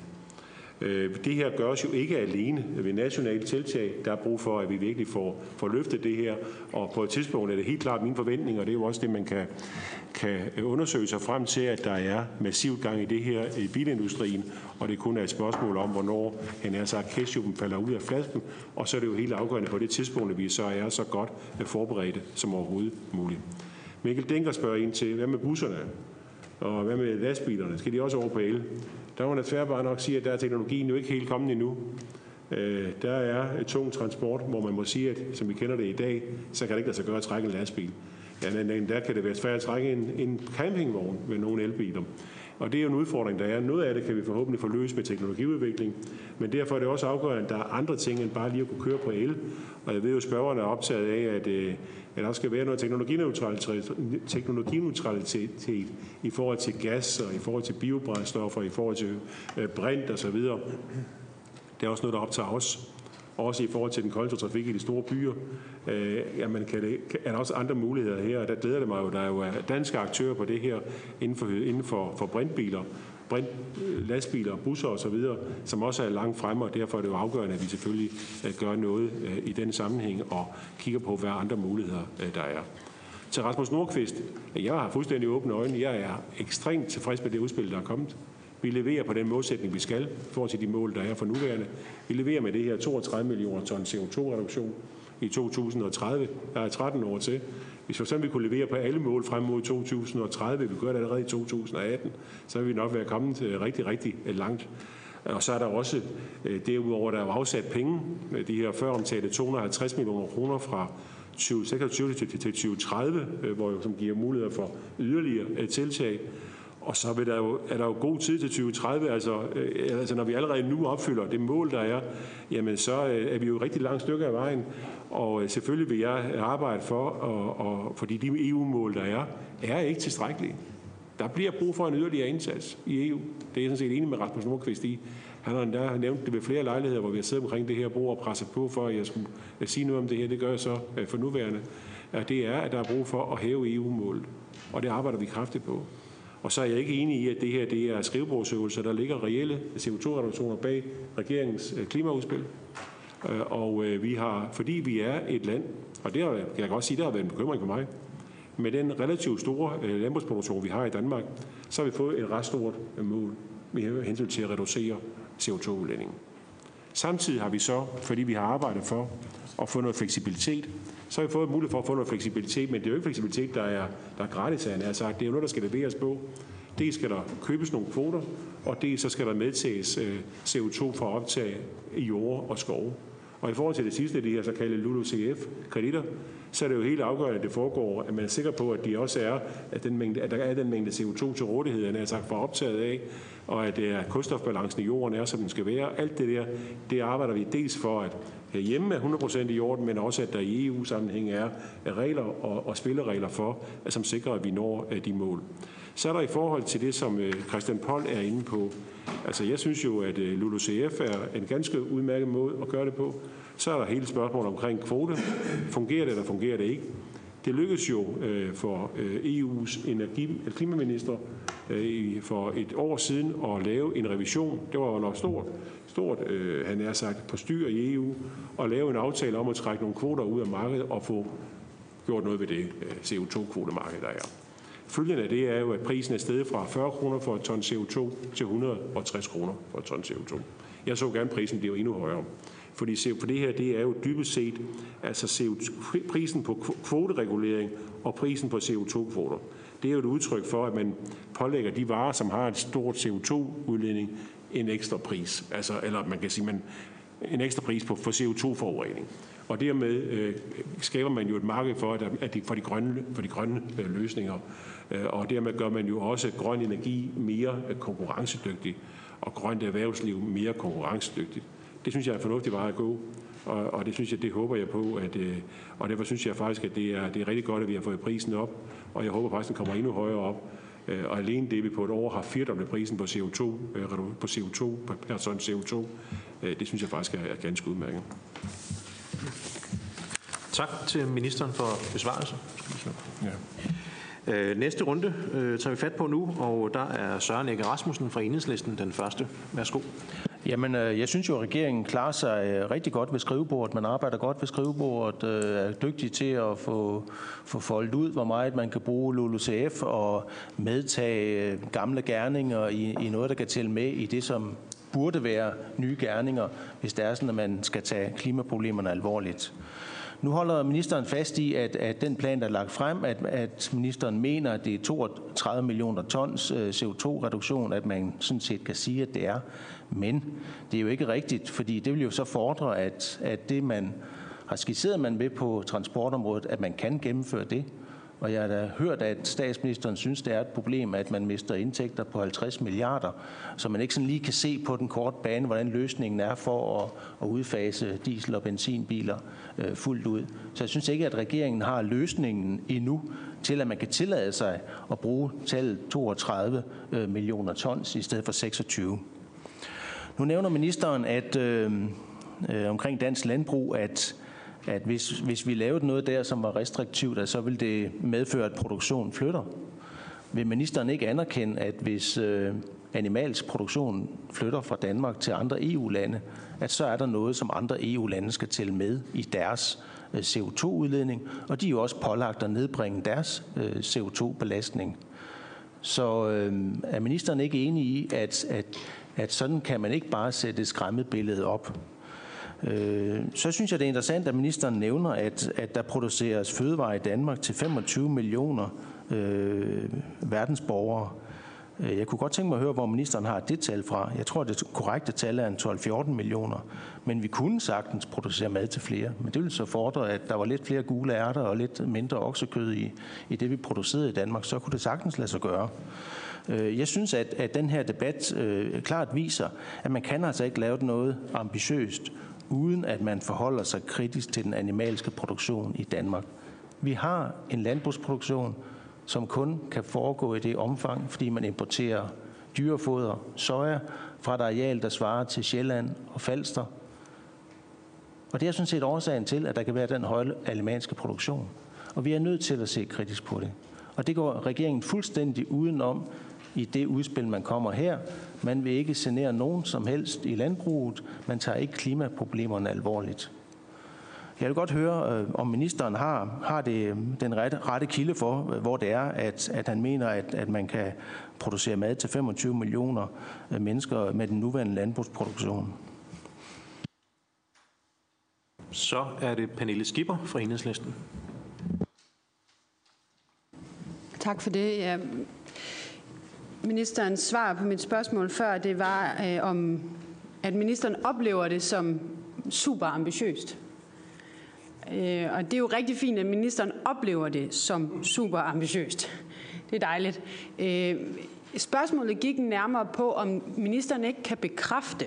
Det her gøres jo ikke alene ved nationale tiltag. Der er brug for, at vi virkelig får, får løftet det her, og på et tidspunkt er det helt klart mine forventninger, og det er jo også det, man kan, kan undersøge sig frem til, at der er massiv gang i det her i bilindustrien, og det kun er et spørgsmål om, hvornår han er så ketchupen falder ud af flasken, og så er det jo helt afgørende på det tidspunkt, at vi så er så godt forberedte som overhovedet muligt. Mikkel Denker spørger ind til, hvad med busserne? Og hvad med lastbilerne? Skal de også over på el? Der må man desværre bare nok sige, at der er teknologien jo ikke helt kommet endnu. Øh, der er et tung transport, hvor man må sige, at som vi kender det i dag, så kan det ikke lade sig gøre at trække en lastbil. Ja, der kan det være svært at trække en, en campingvogn med nogle elbiler. Og det er jo en udfordring, der er. Noget af det kan vi forhåbentlig få løst med teknologiudvikling, men derfor er det også afgørende, at der er andre ting end bare lige at kunne køre på el. Og jeg ved jo, at spørgerne er optaget af, at, at der skal være noget teknologineutralitet, teknologineutralitet i forhold til gas og i forhold til biobrændstoffer, i forhold til brint osv. Det er også noget, der optager os. Også i forhold til den kollektive trafik i de store byer, øh, jamen kan det, er der også andre muligheder her, og der glæder det mig jo, der er jo danske aktører på det her inden for, inden for, for brintbiler, brint, lastbiler, busser osv., som også er langt fremme, og derfor er det jo afgørende, at vi selvfølgelig gør noget øh, i den sammenhæng og kigger på, hvad andre muligheder øh, der er. Til Rasmus Nordqvist, jeg har fuldstændig åbne øjne. Jeg er ekstremt tilfreds med det udspil, der er kommet. Vi leverer på den målsætning, vi skal, for til de mål, der er for nuværende. Vi leverer med det her toogtredive millioner ton C O to reduktion i to tusind og tredive. Der er tretten år til. Hvis for eksempel vi kunne levere på alle mål frem mod to tusind og tredive, vi gør det allerede i to tusind og atten, så vil vi nok være kommet rigtig, rigtig langt. Og så er der også derudover, der er afsat penge, de her før omtalte to hundrede og halvtreds millioner kroner fra tyve seksogtyve til tyve tredive, hvor som giver muligheder for yderligere tiltag. Og så vil der jo, er der jo god tid til tyve tredive, altså, øh, altså når vi allerede nu opfylder det mål, der er, jamen så øh, er vi jo et rigtig langt stykke af vejen. Og øh, selvfølgelig vil jeg arbejde for, og, og, fordi de E U-mål, der er, er ikke tilstrækkelige. Der bliver brug for en yderligere indsats i E U. Det er jeg sådan set enig med Rasmus Nordqvist i. Han har endda nævnt det ved flere lejligheder, hvor vi har siddet omkring det her bord og presset på for, at jeg skulle sige noget om det her. Det gør jeg så øh, for nuværende. At det er, at der er brug for at hæve E U-målet. Og det arbejder vi kraftigt på. Og så er jeg ikke enig i, at det her det er skrivebordsøvelser. Der ligger reelle C O to reduktioner bag regeringens klimaudspil. Og vi har, fordi vi er et land, og det kan jeg godt sige, der har været en bekymring for mig, med den relativt store landbrugsproduktion, vi har i Danmark, så har vi fået et ret stort mål med hensyn til at reducere C O to udledningen. Samtidig har vi så, fordi vi har arbejdet for at få noget fleksibilitet, så har vi fået mulighed for at få noget fleksibilitet, men det er jo ikke fleksibilitet, der er, der er gratis, han har sagt. Det er jo noget, der skal leveres på. Dels skal der købes nogle kvoter, og dels så skal der medtages C O to for at optage i jord og skove. Og i forhold til det sidste, de her så kaldte L U L U C F-kreditter, så er det jo helt afgørende, at det foregår, at man er sikker på, at de også er, at, den mængde, at der er den mængde C O to til rådighed, han har sagt, for optaget af, og at det er kulstofbalancen i jorden er, som den skal være. Alt det der, det arbejder vi dels for, at hjemme er hundrede procent i orden, men også at der i E U-sammenhæng er regler og, og spilleregler for, at som sikrer, at vi når de mål. Så er der i forhold til det, som Christian Poll er inde på. Altså jeg synes jo, at L U L U C F er en ganske udmærket måde at gøre det på. Så er der hele spørgsmålet omkring kvote. Fungerer det, eller fungerer det ikke? Det lykkedes jo øh, for øh, E U's energi- og klimaminister øh, for et år siden at lave en revision. Det var jo nok stort, stort øh, han er sagt, på styr i E U, og lave en aftale om at trække nogle kvoter ud af markedet og få gjort noget ved det øh, C O to kvotemarked, der er. Følgen af det er jo, at prisen er steget fra fyrre kroner for et ton C O to til et hundrede og tres kroner for et ton C O to. Jeg så gerne, prisen bliver endnu højere. Fordi for det her, det er jo dybest set altså C O to, prisen på kvoteregulering og prisen på C O to kvoter. Det er jo et udtryk for, at man pålægger de varer, som har et stort C O to udledning, en ekstra pris. Altså, eller man kan sige, man, en ekstra pris på, for C O to forurening. Og dermed øh, skaber man jo et marked for, at, at de, for de grønne, for de grønne øh, løsninger. Øh, og dermed gør man jo også grøn energi mere konkurrencedygtig, og grønt erhvervsliv mere konkurrencedygtigt. Det synes jeg er en fornuftig vej at gå, og, og det synes jeg, det håber jeg på, at, øh, og derfor synes jeg faktisk, at det er, det er rigtig godt, at vi har fået prisen op, og jeg håber faktisk, at den kommer endnu højere op. Øh, og alene det, vi på et år har firedoblet prisen på C O to, øh, på C O to, per ton C O to, øh, det synes jeg faktisk er, er ganske udmærket. Tak til ministeren for besvarelse. Ja. Næste runde øh, tager vi fat på nu, og der er Søren Egge Rasmussen fra Enhedslisten den første. Værsgo. Jamen, jeg synes jo, at regeringen klarer sig rigtig godt ved skrivebordet. Man arbejder godt ved skrivebordet, er dygtig til at få, få foldet ud, hvor meget man kan bruge L U L U C F og medtage gamle gerninger i, i noget, der kan tælle med i det, som burde være nye gerninger, hvis det er sådan, at man skal tage klimaproblemerne alvorligt. Nu holder ministeren fast i, at, at den plan, der er lagt frem, at, at ministeren mener, at det er toogtredive millioner tons C O to reduktion, at man sådan set kan sige, at det er. Men det er jo ikke rigtigt, fordi det vil jo så fordre, at, at det, man har skitseret man ved på transportområdet, at man kan gennemføre det. Og jeg har da hørt, at statsministeren synes, det er et problem, at man mister indtægter på halvtreds milliarder, så man ikke sådan lige kan se på den korte bane, hvordan løsningen er for at, at udfase diesel- og benzinbiler øh, fuldt ud. Så jeg synes ikke, at regeringen har løsningen endnu til, at man kan tillade sig at bruge tallet toogtredive millioner tons i stedet for seksogtyve. Nu nævner ministeren, at øh, øh, omkring dansk landbrug, at at hvis, hvis vi lavede noget der, som var restriktivt, så ville det medføre, at produktionen flytter. Vil ministeren ikke anerkende, at hvis øh, animalsk produktion flytter fra Danmark til andre E U-lande, at så er der noget, som andre E U-lande skal tælle med i deres øh, C O to udledning, og de er jo også pålagt at nedbringe deres øh, C O to belastning. Så øh, er ministeren ikke enig i, at, at, at sådan kan man ikke bare sætte et skræmmebillede op? Så synes jeg, det er interessant, at ministeren nævner, at, at der produceres fødevarer i Danmark til femogtyve millioner øh, verdensborgere. Jeg kunne godt tænke mig at høre, hvor ministeren har det tal fra. Jeg tror, det korrekte tal er en tolv til fjorten millioner. Men vi kunne sagtens producere mad til flere. Men det ville så fordre, at der var lidt flere gule ærter og lidt mindre oksekød i, i det, vi producerede i Danmark. Så kunne det sagtens lade sig gøre. Jeg synes, at, at den her debat øh, klart viser, at man kan altså ikke lave noget ambitiøst, uden at man forholder sig kritisk til den animalske produktion i Danmark. Vi har en landbrugsproduktion, som kun kan foregå i det omfang, fordi man importerer dyrefoder, soja, fra et areal, der svarer til Sjælland og Falster. Og det er sådan set årsagen til, at der kan være den høje animalske produktion. Og vi er nødt til at se kritisk på det. Og det går regeringen fuldstændig udenom i det udspil, man kommer her. Man vil ikke genere nogen som helst i landbruget. Man tager ikke klimaproblemerne alvorligt. Jeg vil godt høre, om ministeren har, har det, den rette, rette kilde for, hvor det er, at, at han mener, at, at man kan producere mad til femogtyve millioner mennesker med den nuværende landbrugsproduktion. Så er det Pernille Skipper fra Enhedslisten. Tak for det. Ja. Ministerens svar på mit spørgsmål før, det var øh, om, at ministeren oplever det som super ambitiøst. Øh, og det er jo rigtig fint, at ministeren oplever det som super ambitiøst. Det er dejligt. Øh, spørgsmålet gik nærmere på, om ministeren ikke kan bekræfte,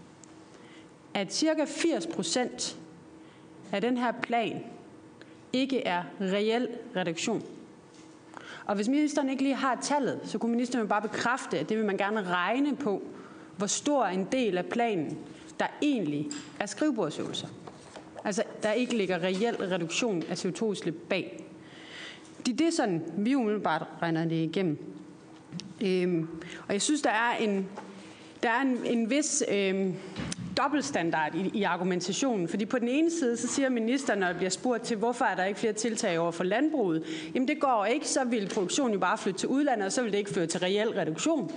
at cirka firs procent af den her plan ikke er reel reduktion. Og hvis ministeren ikke lige har tallet, så kunne ministeren jo bare bekræfte, at det vil man gerne regne på, hvor stor en del af planen, der egentlig er skrivebordsøvelser. Altså, der ikke ligger reel reduktion af C O to udslip bag. Det er sådan, vi umiddelbart regner det igennem. Øhm, og jeg synes, der er en, der er en, en vis øhm, dobbeltstandard i, i argumentationen. Fordi på den ene side, så siger ministeren, når der bliver spurgt til, hvorfor er der ikke flere tiltag over for landbruget, jamen det går ikke, så vil produktionen jo bare flytte til udlandet, og så vil det ikke føre til reel reduktion.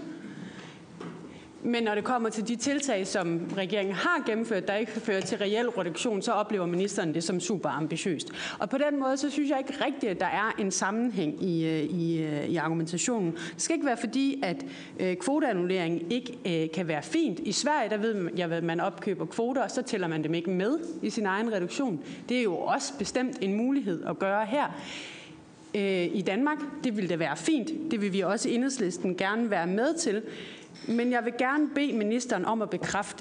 Men når det kommer til de tiltag, som regeringen har gennemført, der ikke fører til reel reduktion, så oplever ministeren det som super ambitiøst. Og på den måde, så synes jeg ikke rigtigt, at der er en sammenhæng i, i, i argumentationen. Det skal ikke være fordi, at øh, kvoteannullering ikke øh, kan være fint. I Sverige, der ved jeg, at man opkøber kvoter, og så tæller man dem ikke med i sin egen reduktion. Det er jo også bestemt en mulighed at gøre her. I Danmark, det vil det være fint. Det vil vi også i Enhedslisten gerne være med til. Men jeg vil gerne bede ministeren om at bekræfte,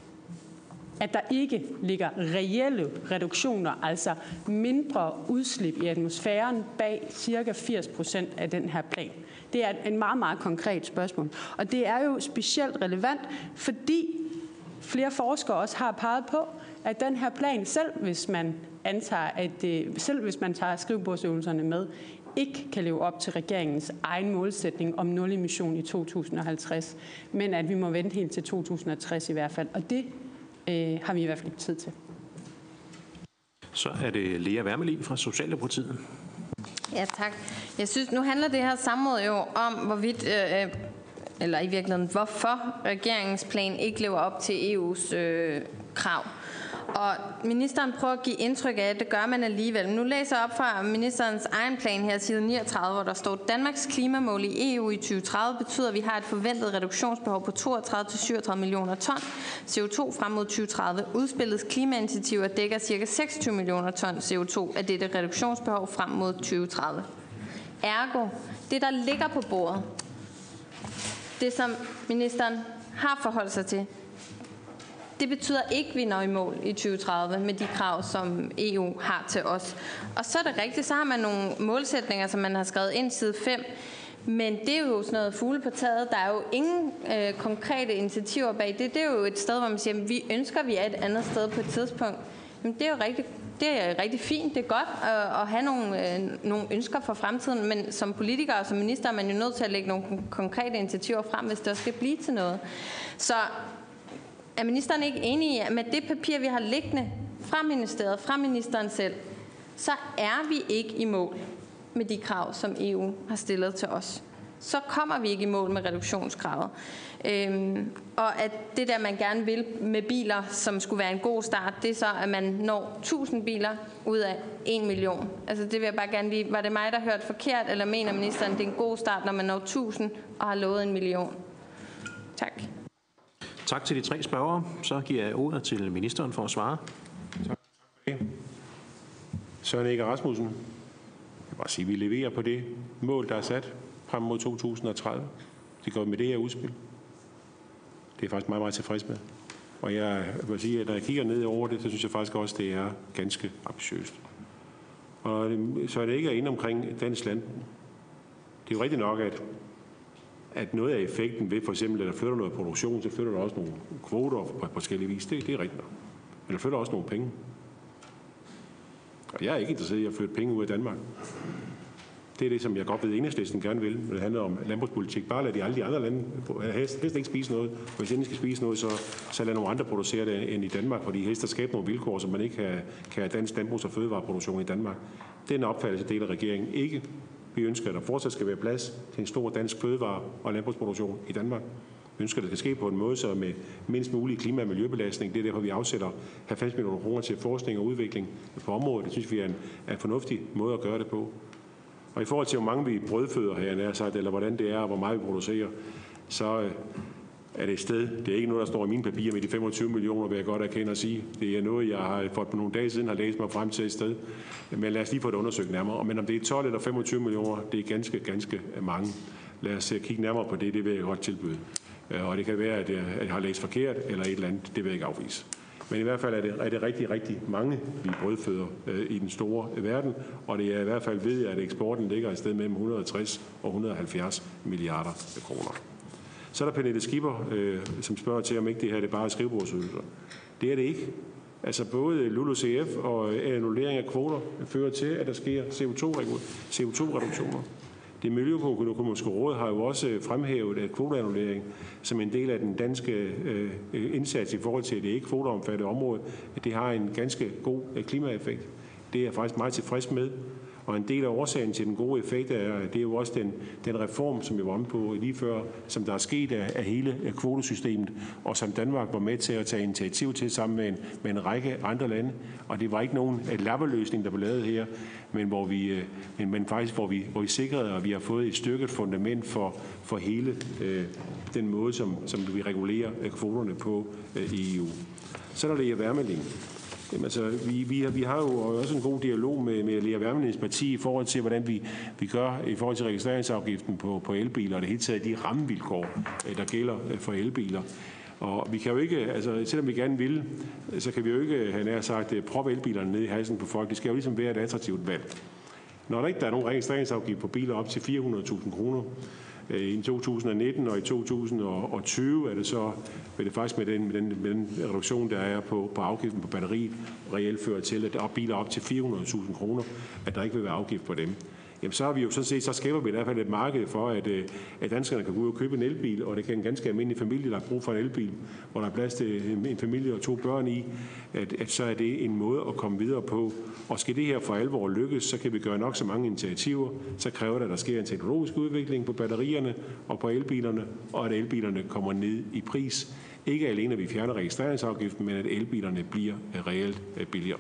at der ikke ligger reelle reduktioner, altså mindre udslip i atmosfæren bag cirka firs procent af den her plan. Det er et meget, meget konkret spørgsmål. Og det er jo specielt relevant, fordi flere forskere også har peget på, at den her plan, selv hvis man antager, at det, selv hvis man tager skrivebordsøvelserne med, ikke kan leve op til regeringens egen målsætning om nul emission i to tusind og halvtreds, men at vi må vente helt til to tusind og tres i hvert fald. Og det øh, har vi i hvert fald ikke tid til. Så er det Lea Wermelin fra Socialdemokratiet. Ja, tak. Jeg synes, nu handler det her samråd jo om, hvorvidt, øh, eller i virkeligheden, hvorfor regeringens plan ikke lever op til E U's øh, krav. Og ministeren prøver at give indtryk af, at det gør man alligevel. Nu læser jeg op fra ministerens egen plan her, side niogtredive, hvor der står, Danmarks klimamål i E U i tyve tredive betyder, at vi har et forventet reduktionsbehov på toogtredive til syvogtredive millioner ton C O to frem mod tyve tredive. Udspillets klimainitiativer dækker ca. seksogtyve millioner ton C O to af dette reduktionsbehov frem mod tyve tredive. Ergo, det der ligger på bordet, det som ministeren har forholdt sig til, det betyder ikke, at vi når i mål i tyve tredive med de krav, som E U har til os. Og så er det rigtigt, så har man nogle målsætninger, som man har skrevet ind side fem. Men det er jo sådan noget fugle på taget. Der er jo ingen øh, konkrete initiativer bag det. Det er jo et sted, hvor man siger, at vi ønsker, at vi er et andet sted på et tidspunkt. Men det er jo rigtig, det er rigtig fint. Det er godt at, at have nogle, øh, nogle ønsker for fremtiden. Men som politiker og som minister er man jo nødt til at lægge nogle konkrete initiativer frem, hvis det skal blive til noget. Så er ministeren ikke enig i, at med det papir, vi har liggende fra ministeriet, fra ministeren selv, så er vi ikke i mål med de krav, som E U har stillet til os? så kommer vi ikke i mål med reduktionskravet. Øhm, og at det der, man gerne vil med biler, som skulle være en god start, det er så, at man når tusind biler ud af en million. Altså det vil jeg bare gerne lige, var det mig, der hørte forkert, eller mener ministeren, det er en god start, når man når tusind og har lovet en million? Tak. Tak til de tre spørgere. Så giver jeg ordet til ministeren for at svare. Tak for det. Søren Egge Rasmussen. Jeg vil bare sige, at vi leverer på det mål, der er sat frem mod to tusind og tredive. Det går med det her udspil. Det er jeg faktisk meget, meget tilfreds med. Og jeg vil sige, at når jeg kigger ned over det, så synes jeg faktisk også, at det er ganske ambitiøst. Og så er det ikke inde omkring dansk landbrug. Det er jo rigtigt nok, at, at noget af effekten ved for eksempel, at der flytter noget produktion, så flytter der også nogle kvoter på forskellige vis. Det, det er rigtigt nok. Men der flytter også nogle penge. Og jeg er ikke interesseret i at flytte penge ud af Danmark. Det er det, som jeg godt ved, at Enhedslisten gerne vil, når det handler om landbrugspolitik. Bare lad de alle de andre lande helst, helst ikke spise noget. Og hvis de skal spise noget, så, så lad nogle andre producere det end i Danmark, fordi helst der skaber nogle vilkår, som man ikke kan, kan have dansk landbrugs- og fødevareproduktion i Danmark. Den opfattelse deler regeringen ikke. Vi ønsker, at der fortsat skal være plads til en stor dansk fødevare- og landbrugsproduktion i Danmark. Vi ønsker, at det skal ske på en måde, så med mindst mulig klima- og miljøbelastning. Det er derfor, vi afsætter halvfems millioner kroner til forskning og udvikling på området. Det synes vi er en, er en fornuftig måde at gøre det på. Og i forhold til, hvor mange vi brødføder her, sagt, eller hvordan det er, og hvor meget vi producerer, så er det et sted. Det er ikke noget, der står i mine papirer med de femogtyve millioner, vil jeg godt erkende at sige. Det er noget, jeg har for nogle dage siden har læst mig frem til et sted. Men lad os lige få det undersøgt nærmere. Men om det er tolv eller femogtyve millioner, det er ganske, ganske mange. Lad os kigge nærmere på det, det vil jeg godt tilbyde. Og det kan være, at jeg har læst forkert eller et eller andet, det vil jeg ikke afvise. Men i hvert fald er det, er det rigtig, rigtig mange, vi brødføder øh, i den store verden, og det er i hvert fald ved, at eksporten ligger et sted mellem et hundrede og tres og et hundrede og halvfjerds milliarder kroner. Så er der Pernille Skipper, øh, som spørger til, om ikke det her det bare er skrivebordsydelser. Det er det ikke. Altså både L U L U C F og annullering af kvoter fører til, at der sker C O to reduktioner. Det Miljøøkonomiske Råd har jo også fremhævet, at kvoteannullering som en del af den danske øh, indsats i forhold til det ikke kvoteomfattede område, at det har en ganske god klimaeffekt. Det er jeg faktisk meget tilfreds med. Og en del af årsagen til den gode effekt er, det er jo også den, den reform, som jeg var om på lige før, som der er sket af, af hele kvotesystemet, og som Danmark var med til at tage initiativ til sammen med en, med en række andre lande. Og det var ikke nogen lappeløsning, der blev lavet her, men hvor vi, men, men faktisk hvor vi, hvor vi sikrede, at vi har fået et styrket fundament for, for hele øh, den måde, som, som vi regulerer kvoterne på øh, i E U. Så er der Lea Wermelin. Jamen, altså, vi, vi, vi har jo også en god dialog med, med Lea Wermelins parti i forhold til, hvordan vi, vi gør i forhold til registreringsafgiften på, på elbiler, og det hele taget de rammevilkår, der gælder for elbiler. Og vi kan jo ikke, altså selvom vi gerne vil, så kan vi jo ikke, han har sagt, proppe elbilerne ned i halsen på folk. Det skal jo ligesom være et attraktivt valg. Når der ikke der er nogen registreringsafgift på biler op til fire hundrede tusind kroner, i to tusind og nitten og i to tusind og tyve er det så, vil det faktisk med den, med den, med den reduktion, der er på, på afgiften på batteriet, reelt fører til, at der er biler op til fire hundrede tusind kroner, at der ikke vil være afgift på dem. Jamen så har vi jo sådan set, så skaber vi i hvert fald et marked for, at, at danskerne kan gå ud og købe en elbil, og det kan en ganske almindelig familie, der har brug for en elbil, hvor der er plads til en familie og to børn i, at, at så er det en måde at komme videre på. Og skal det her for alvor lykkes, så kan vi gøre nok så mange initiativer, så kræver det, at der sker en teknologisk udvikling på batterierne og på elbilerne, og at elbilerne kommer ned i pris. Ikke alene, at vi fjerner registreringsafgiften, men at elbilerne bliver reelt billigere.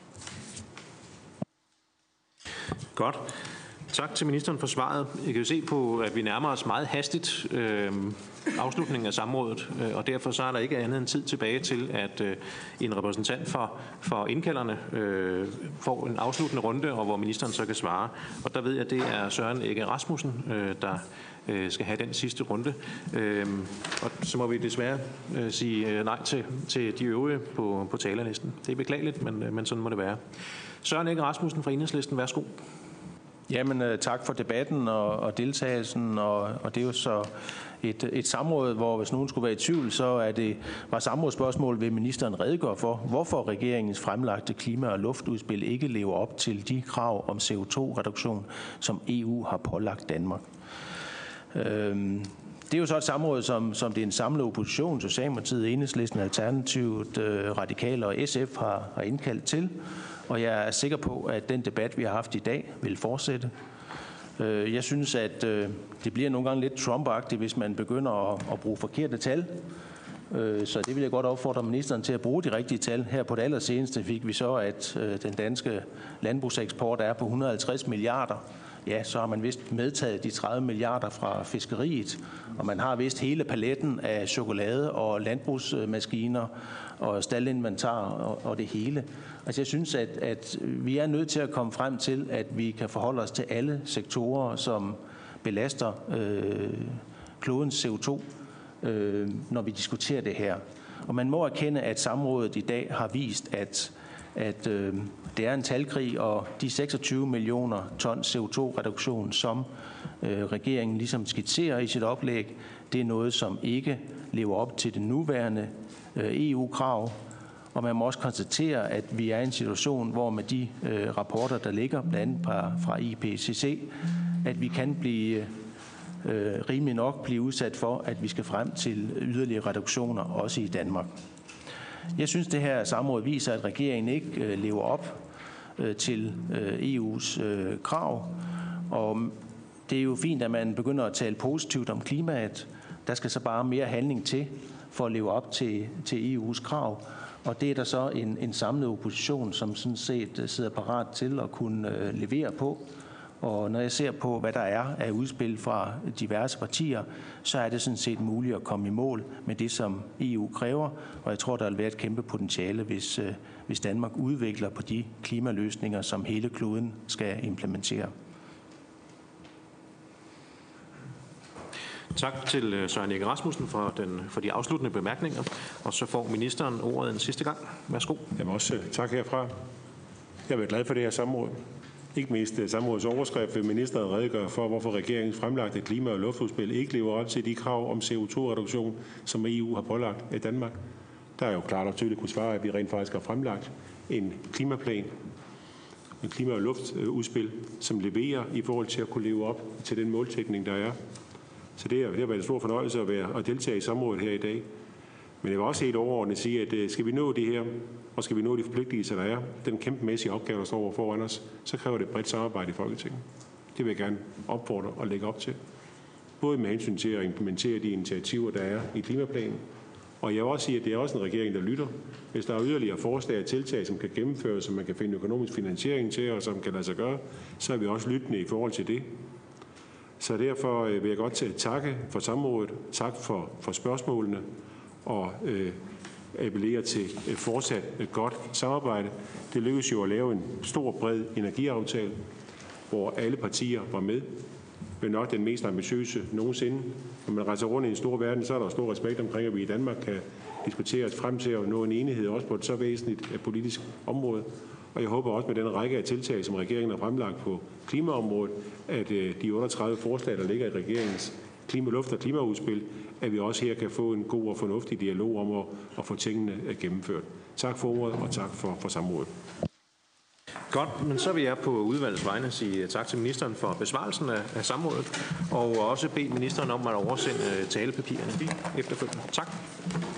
Godt. Tak til ministeren for svaret. Jeg kan jo se på, at vi nærmer os meget hastigt øh, afslutningen af samrådet, øh, og derfor så er der ikke andet end tid tilbage til, at øh, en repræsentant for, for indkalderne øh, får en afsluttende runde, og hvor ministeren så kan svare. Og der ved jeg, at det er Søren Egge Rasmussen, øh, der øh, skal have den sidste runde. Øh, og så må vi desværre øh, sige nej til, til de øvrige på, på talerlisten. Det er beklageligt, men, men sådan må det være. Søren Egge Rasmussen fra Enhedslisten, værsgo. Jamen, tak for debatten og, og deltagelsen, og, og det er jo så et, et samråd, hvor hvis nogen skulle være i tvivl, så er det, var samrådsspørgsmål, vil ministeren redegøre for, hvorfor regeringens fremlagte klima- og luftudspil ikke lever op til de krav om C O to reduktion, som E U har pålagt Danmark. Øhm, Det er jo så et samråd, som, som det er en samlet opposition, Socialdemokratiet, Enhedslisten, Alternativet, øh, Radikale og S F har, har indkaldt til. Og jeg er sikker på, at den debat, vi har haft i dag, vil fortsætte. Jeg synes, at det bliver nogle gange lidt Trump-agtigt, hvis man begynder at, at bruge forkerte tal. Så det vil jeg godt opfordre ministeren til at bruge de rigtige tal. Her på det allerseneste fik vi så, at den danske landbrugseksport er på et hundrede og halvtreds milliarder. Ja, så har man vist medtaget de tredive milliarder fra fiskeriet, og man har vist hele paletten af chokolade og landbrugsmaskiner og staldinventar og, og det hele. Altså jeg synes, at, at vi er nødt til at komme frem til, at vi kan forholde os til alle sektorer, som belaster øh, klodens C O to, øh, når vi diskuterer det her. Og man må erkende, at samrådet i dag har vist, at at øh, det er en talkrig, og de seksogtyve millioner ton C O to reduktion, som øh, regeringen ligesom skitserer i sit oplæg, det er noget, som ikke lever op til det nuværende øh, E U-krav. Og man må også konstatere, at vi er i en situation, hvor med de øh, rapporter, der ligger blandt andet fra I P C C, at vi kan blive øh, rimelig nok blive udsat for, at vi skal frem til yderligere reduktioner, også i Danmark. Jeg synes, det her samråd viser, at regeringen ikke lever op til E U's krav. Og det er jo fint, at man begynder at tale positivt om klimaet. Der skal så bare mere handling til for at leve op til, til E U's krav. Og det er der så en, en samlet opposition, som sådan set sidder parat til at kunne levere på. Og når jeg ser på, hvad der er af udspil fra diverse partier, så er det sådan set muligt at komme i mål med det, som E U kræver. Og jeg tror, der vil være et kæmpe potentiale, hvis, hvis Danmark udvikler på de klimaløsninger, som hele kloden skal implementere. Tak til Søren Egge Rasmussen for, den, for de afsluttende bemærkninger. Og så får ministeren ordet en sidste gang. Værsgo. Jamen også tak herfra. Jeg er glad for det her samråd. Ikke mindst samrådets overskrift vil ministeren redegøre for, hvorfor regeringens fremlagte klima- og luftudspil ikke lever op til de krav om C O to reduktion, som E U har pålagt i Danmark. Der er jo klart og tydeligt kunne svare, at vi rent faktisk har fremlagt en klimaplan, en klima- og luftudspil, som leverer i forhold til at kunne leve op til den måltækning, der er. Så det har været en stor fornøjelse at, være, at deltage i samrådet her i dag. Men jeg vil også helt overordnet sige, at skal vi nå det her, og skal vi nå de forpligtelser, der er, den kæmpemæssige opgave, der står over foran os, så kræver det et bredt samarbejde i Folketinget. Det vil jeg gerne opfordre og lægge op til. Både med hensyn til at implementere de initiativer, der er i klimaplanen, og jeg vil også sige, at det er også en regering, der lytter. Hvis der er yderligere forslag og tiltag, som kan gennemføres, som man kan finde økonomisk finansiering til, og som kan lade sig gøre, så er vi også lyttende i forhold til det. Så derfor vil jeg godt takke for samrådet, tak for, for spørgsmålene, og øh, appellere til et fortsat et godt samarbejde. Det lykkedes jo at lave en stor, bred energiaftale, hvor alle partier var med. Men nok den mest ambitiøse nogensinde. Når man rejser rundt i en stor verden, så er der stor respekt omkring, at vi i Danmark kan diskutere os frem til at nå en enighed, også på et så væsentligt politisk område. Og jeg håber også med den række af tiltag, som regeringen har fremlagt på klimaområdet, at de otteogtredive forslag, der ligger i regeringens klima-, luft- og klimaudspil, at vi også her kan få en god og fornuftig dialog om at, at få tingene gennemført. Tak for ordet, og tak for, for samrådet. Godt, men så vil jeg på udvalgets vegne sige tak til ministeren for besvarelsen af, af samrådet, og også bede ministeren om at oversende talepapirerne efterfølgende. Tak.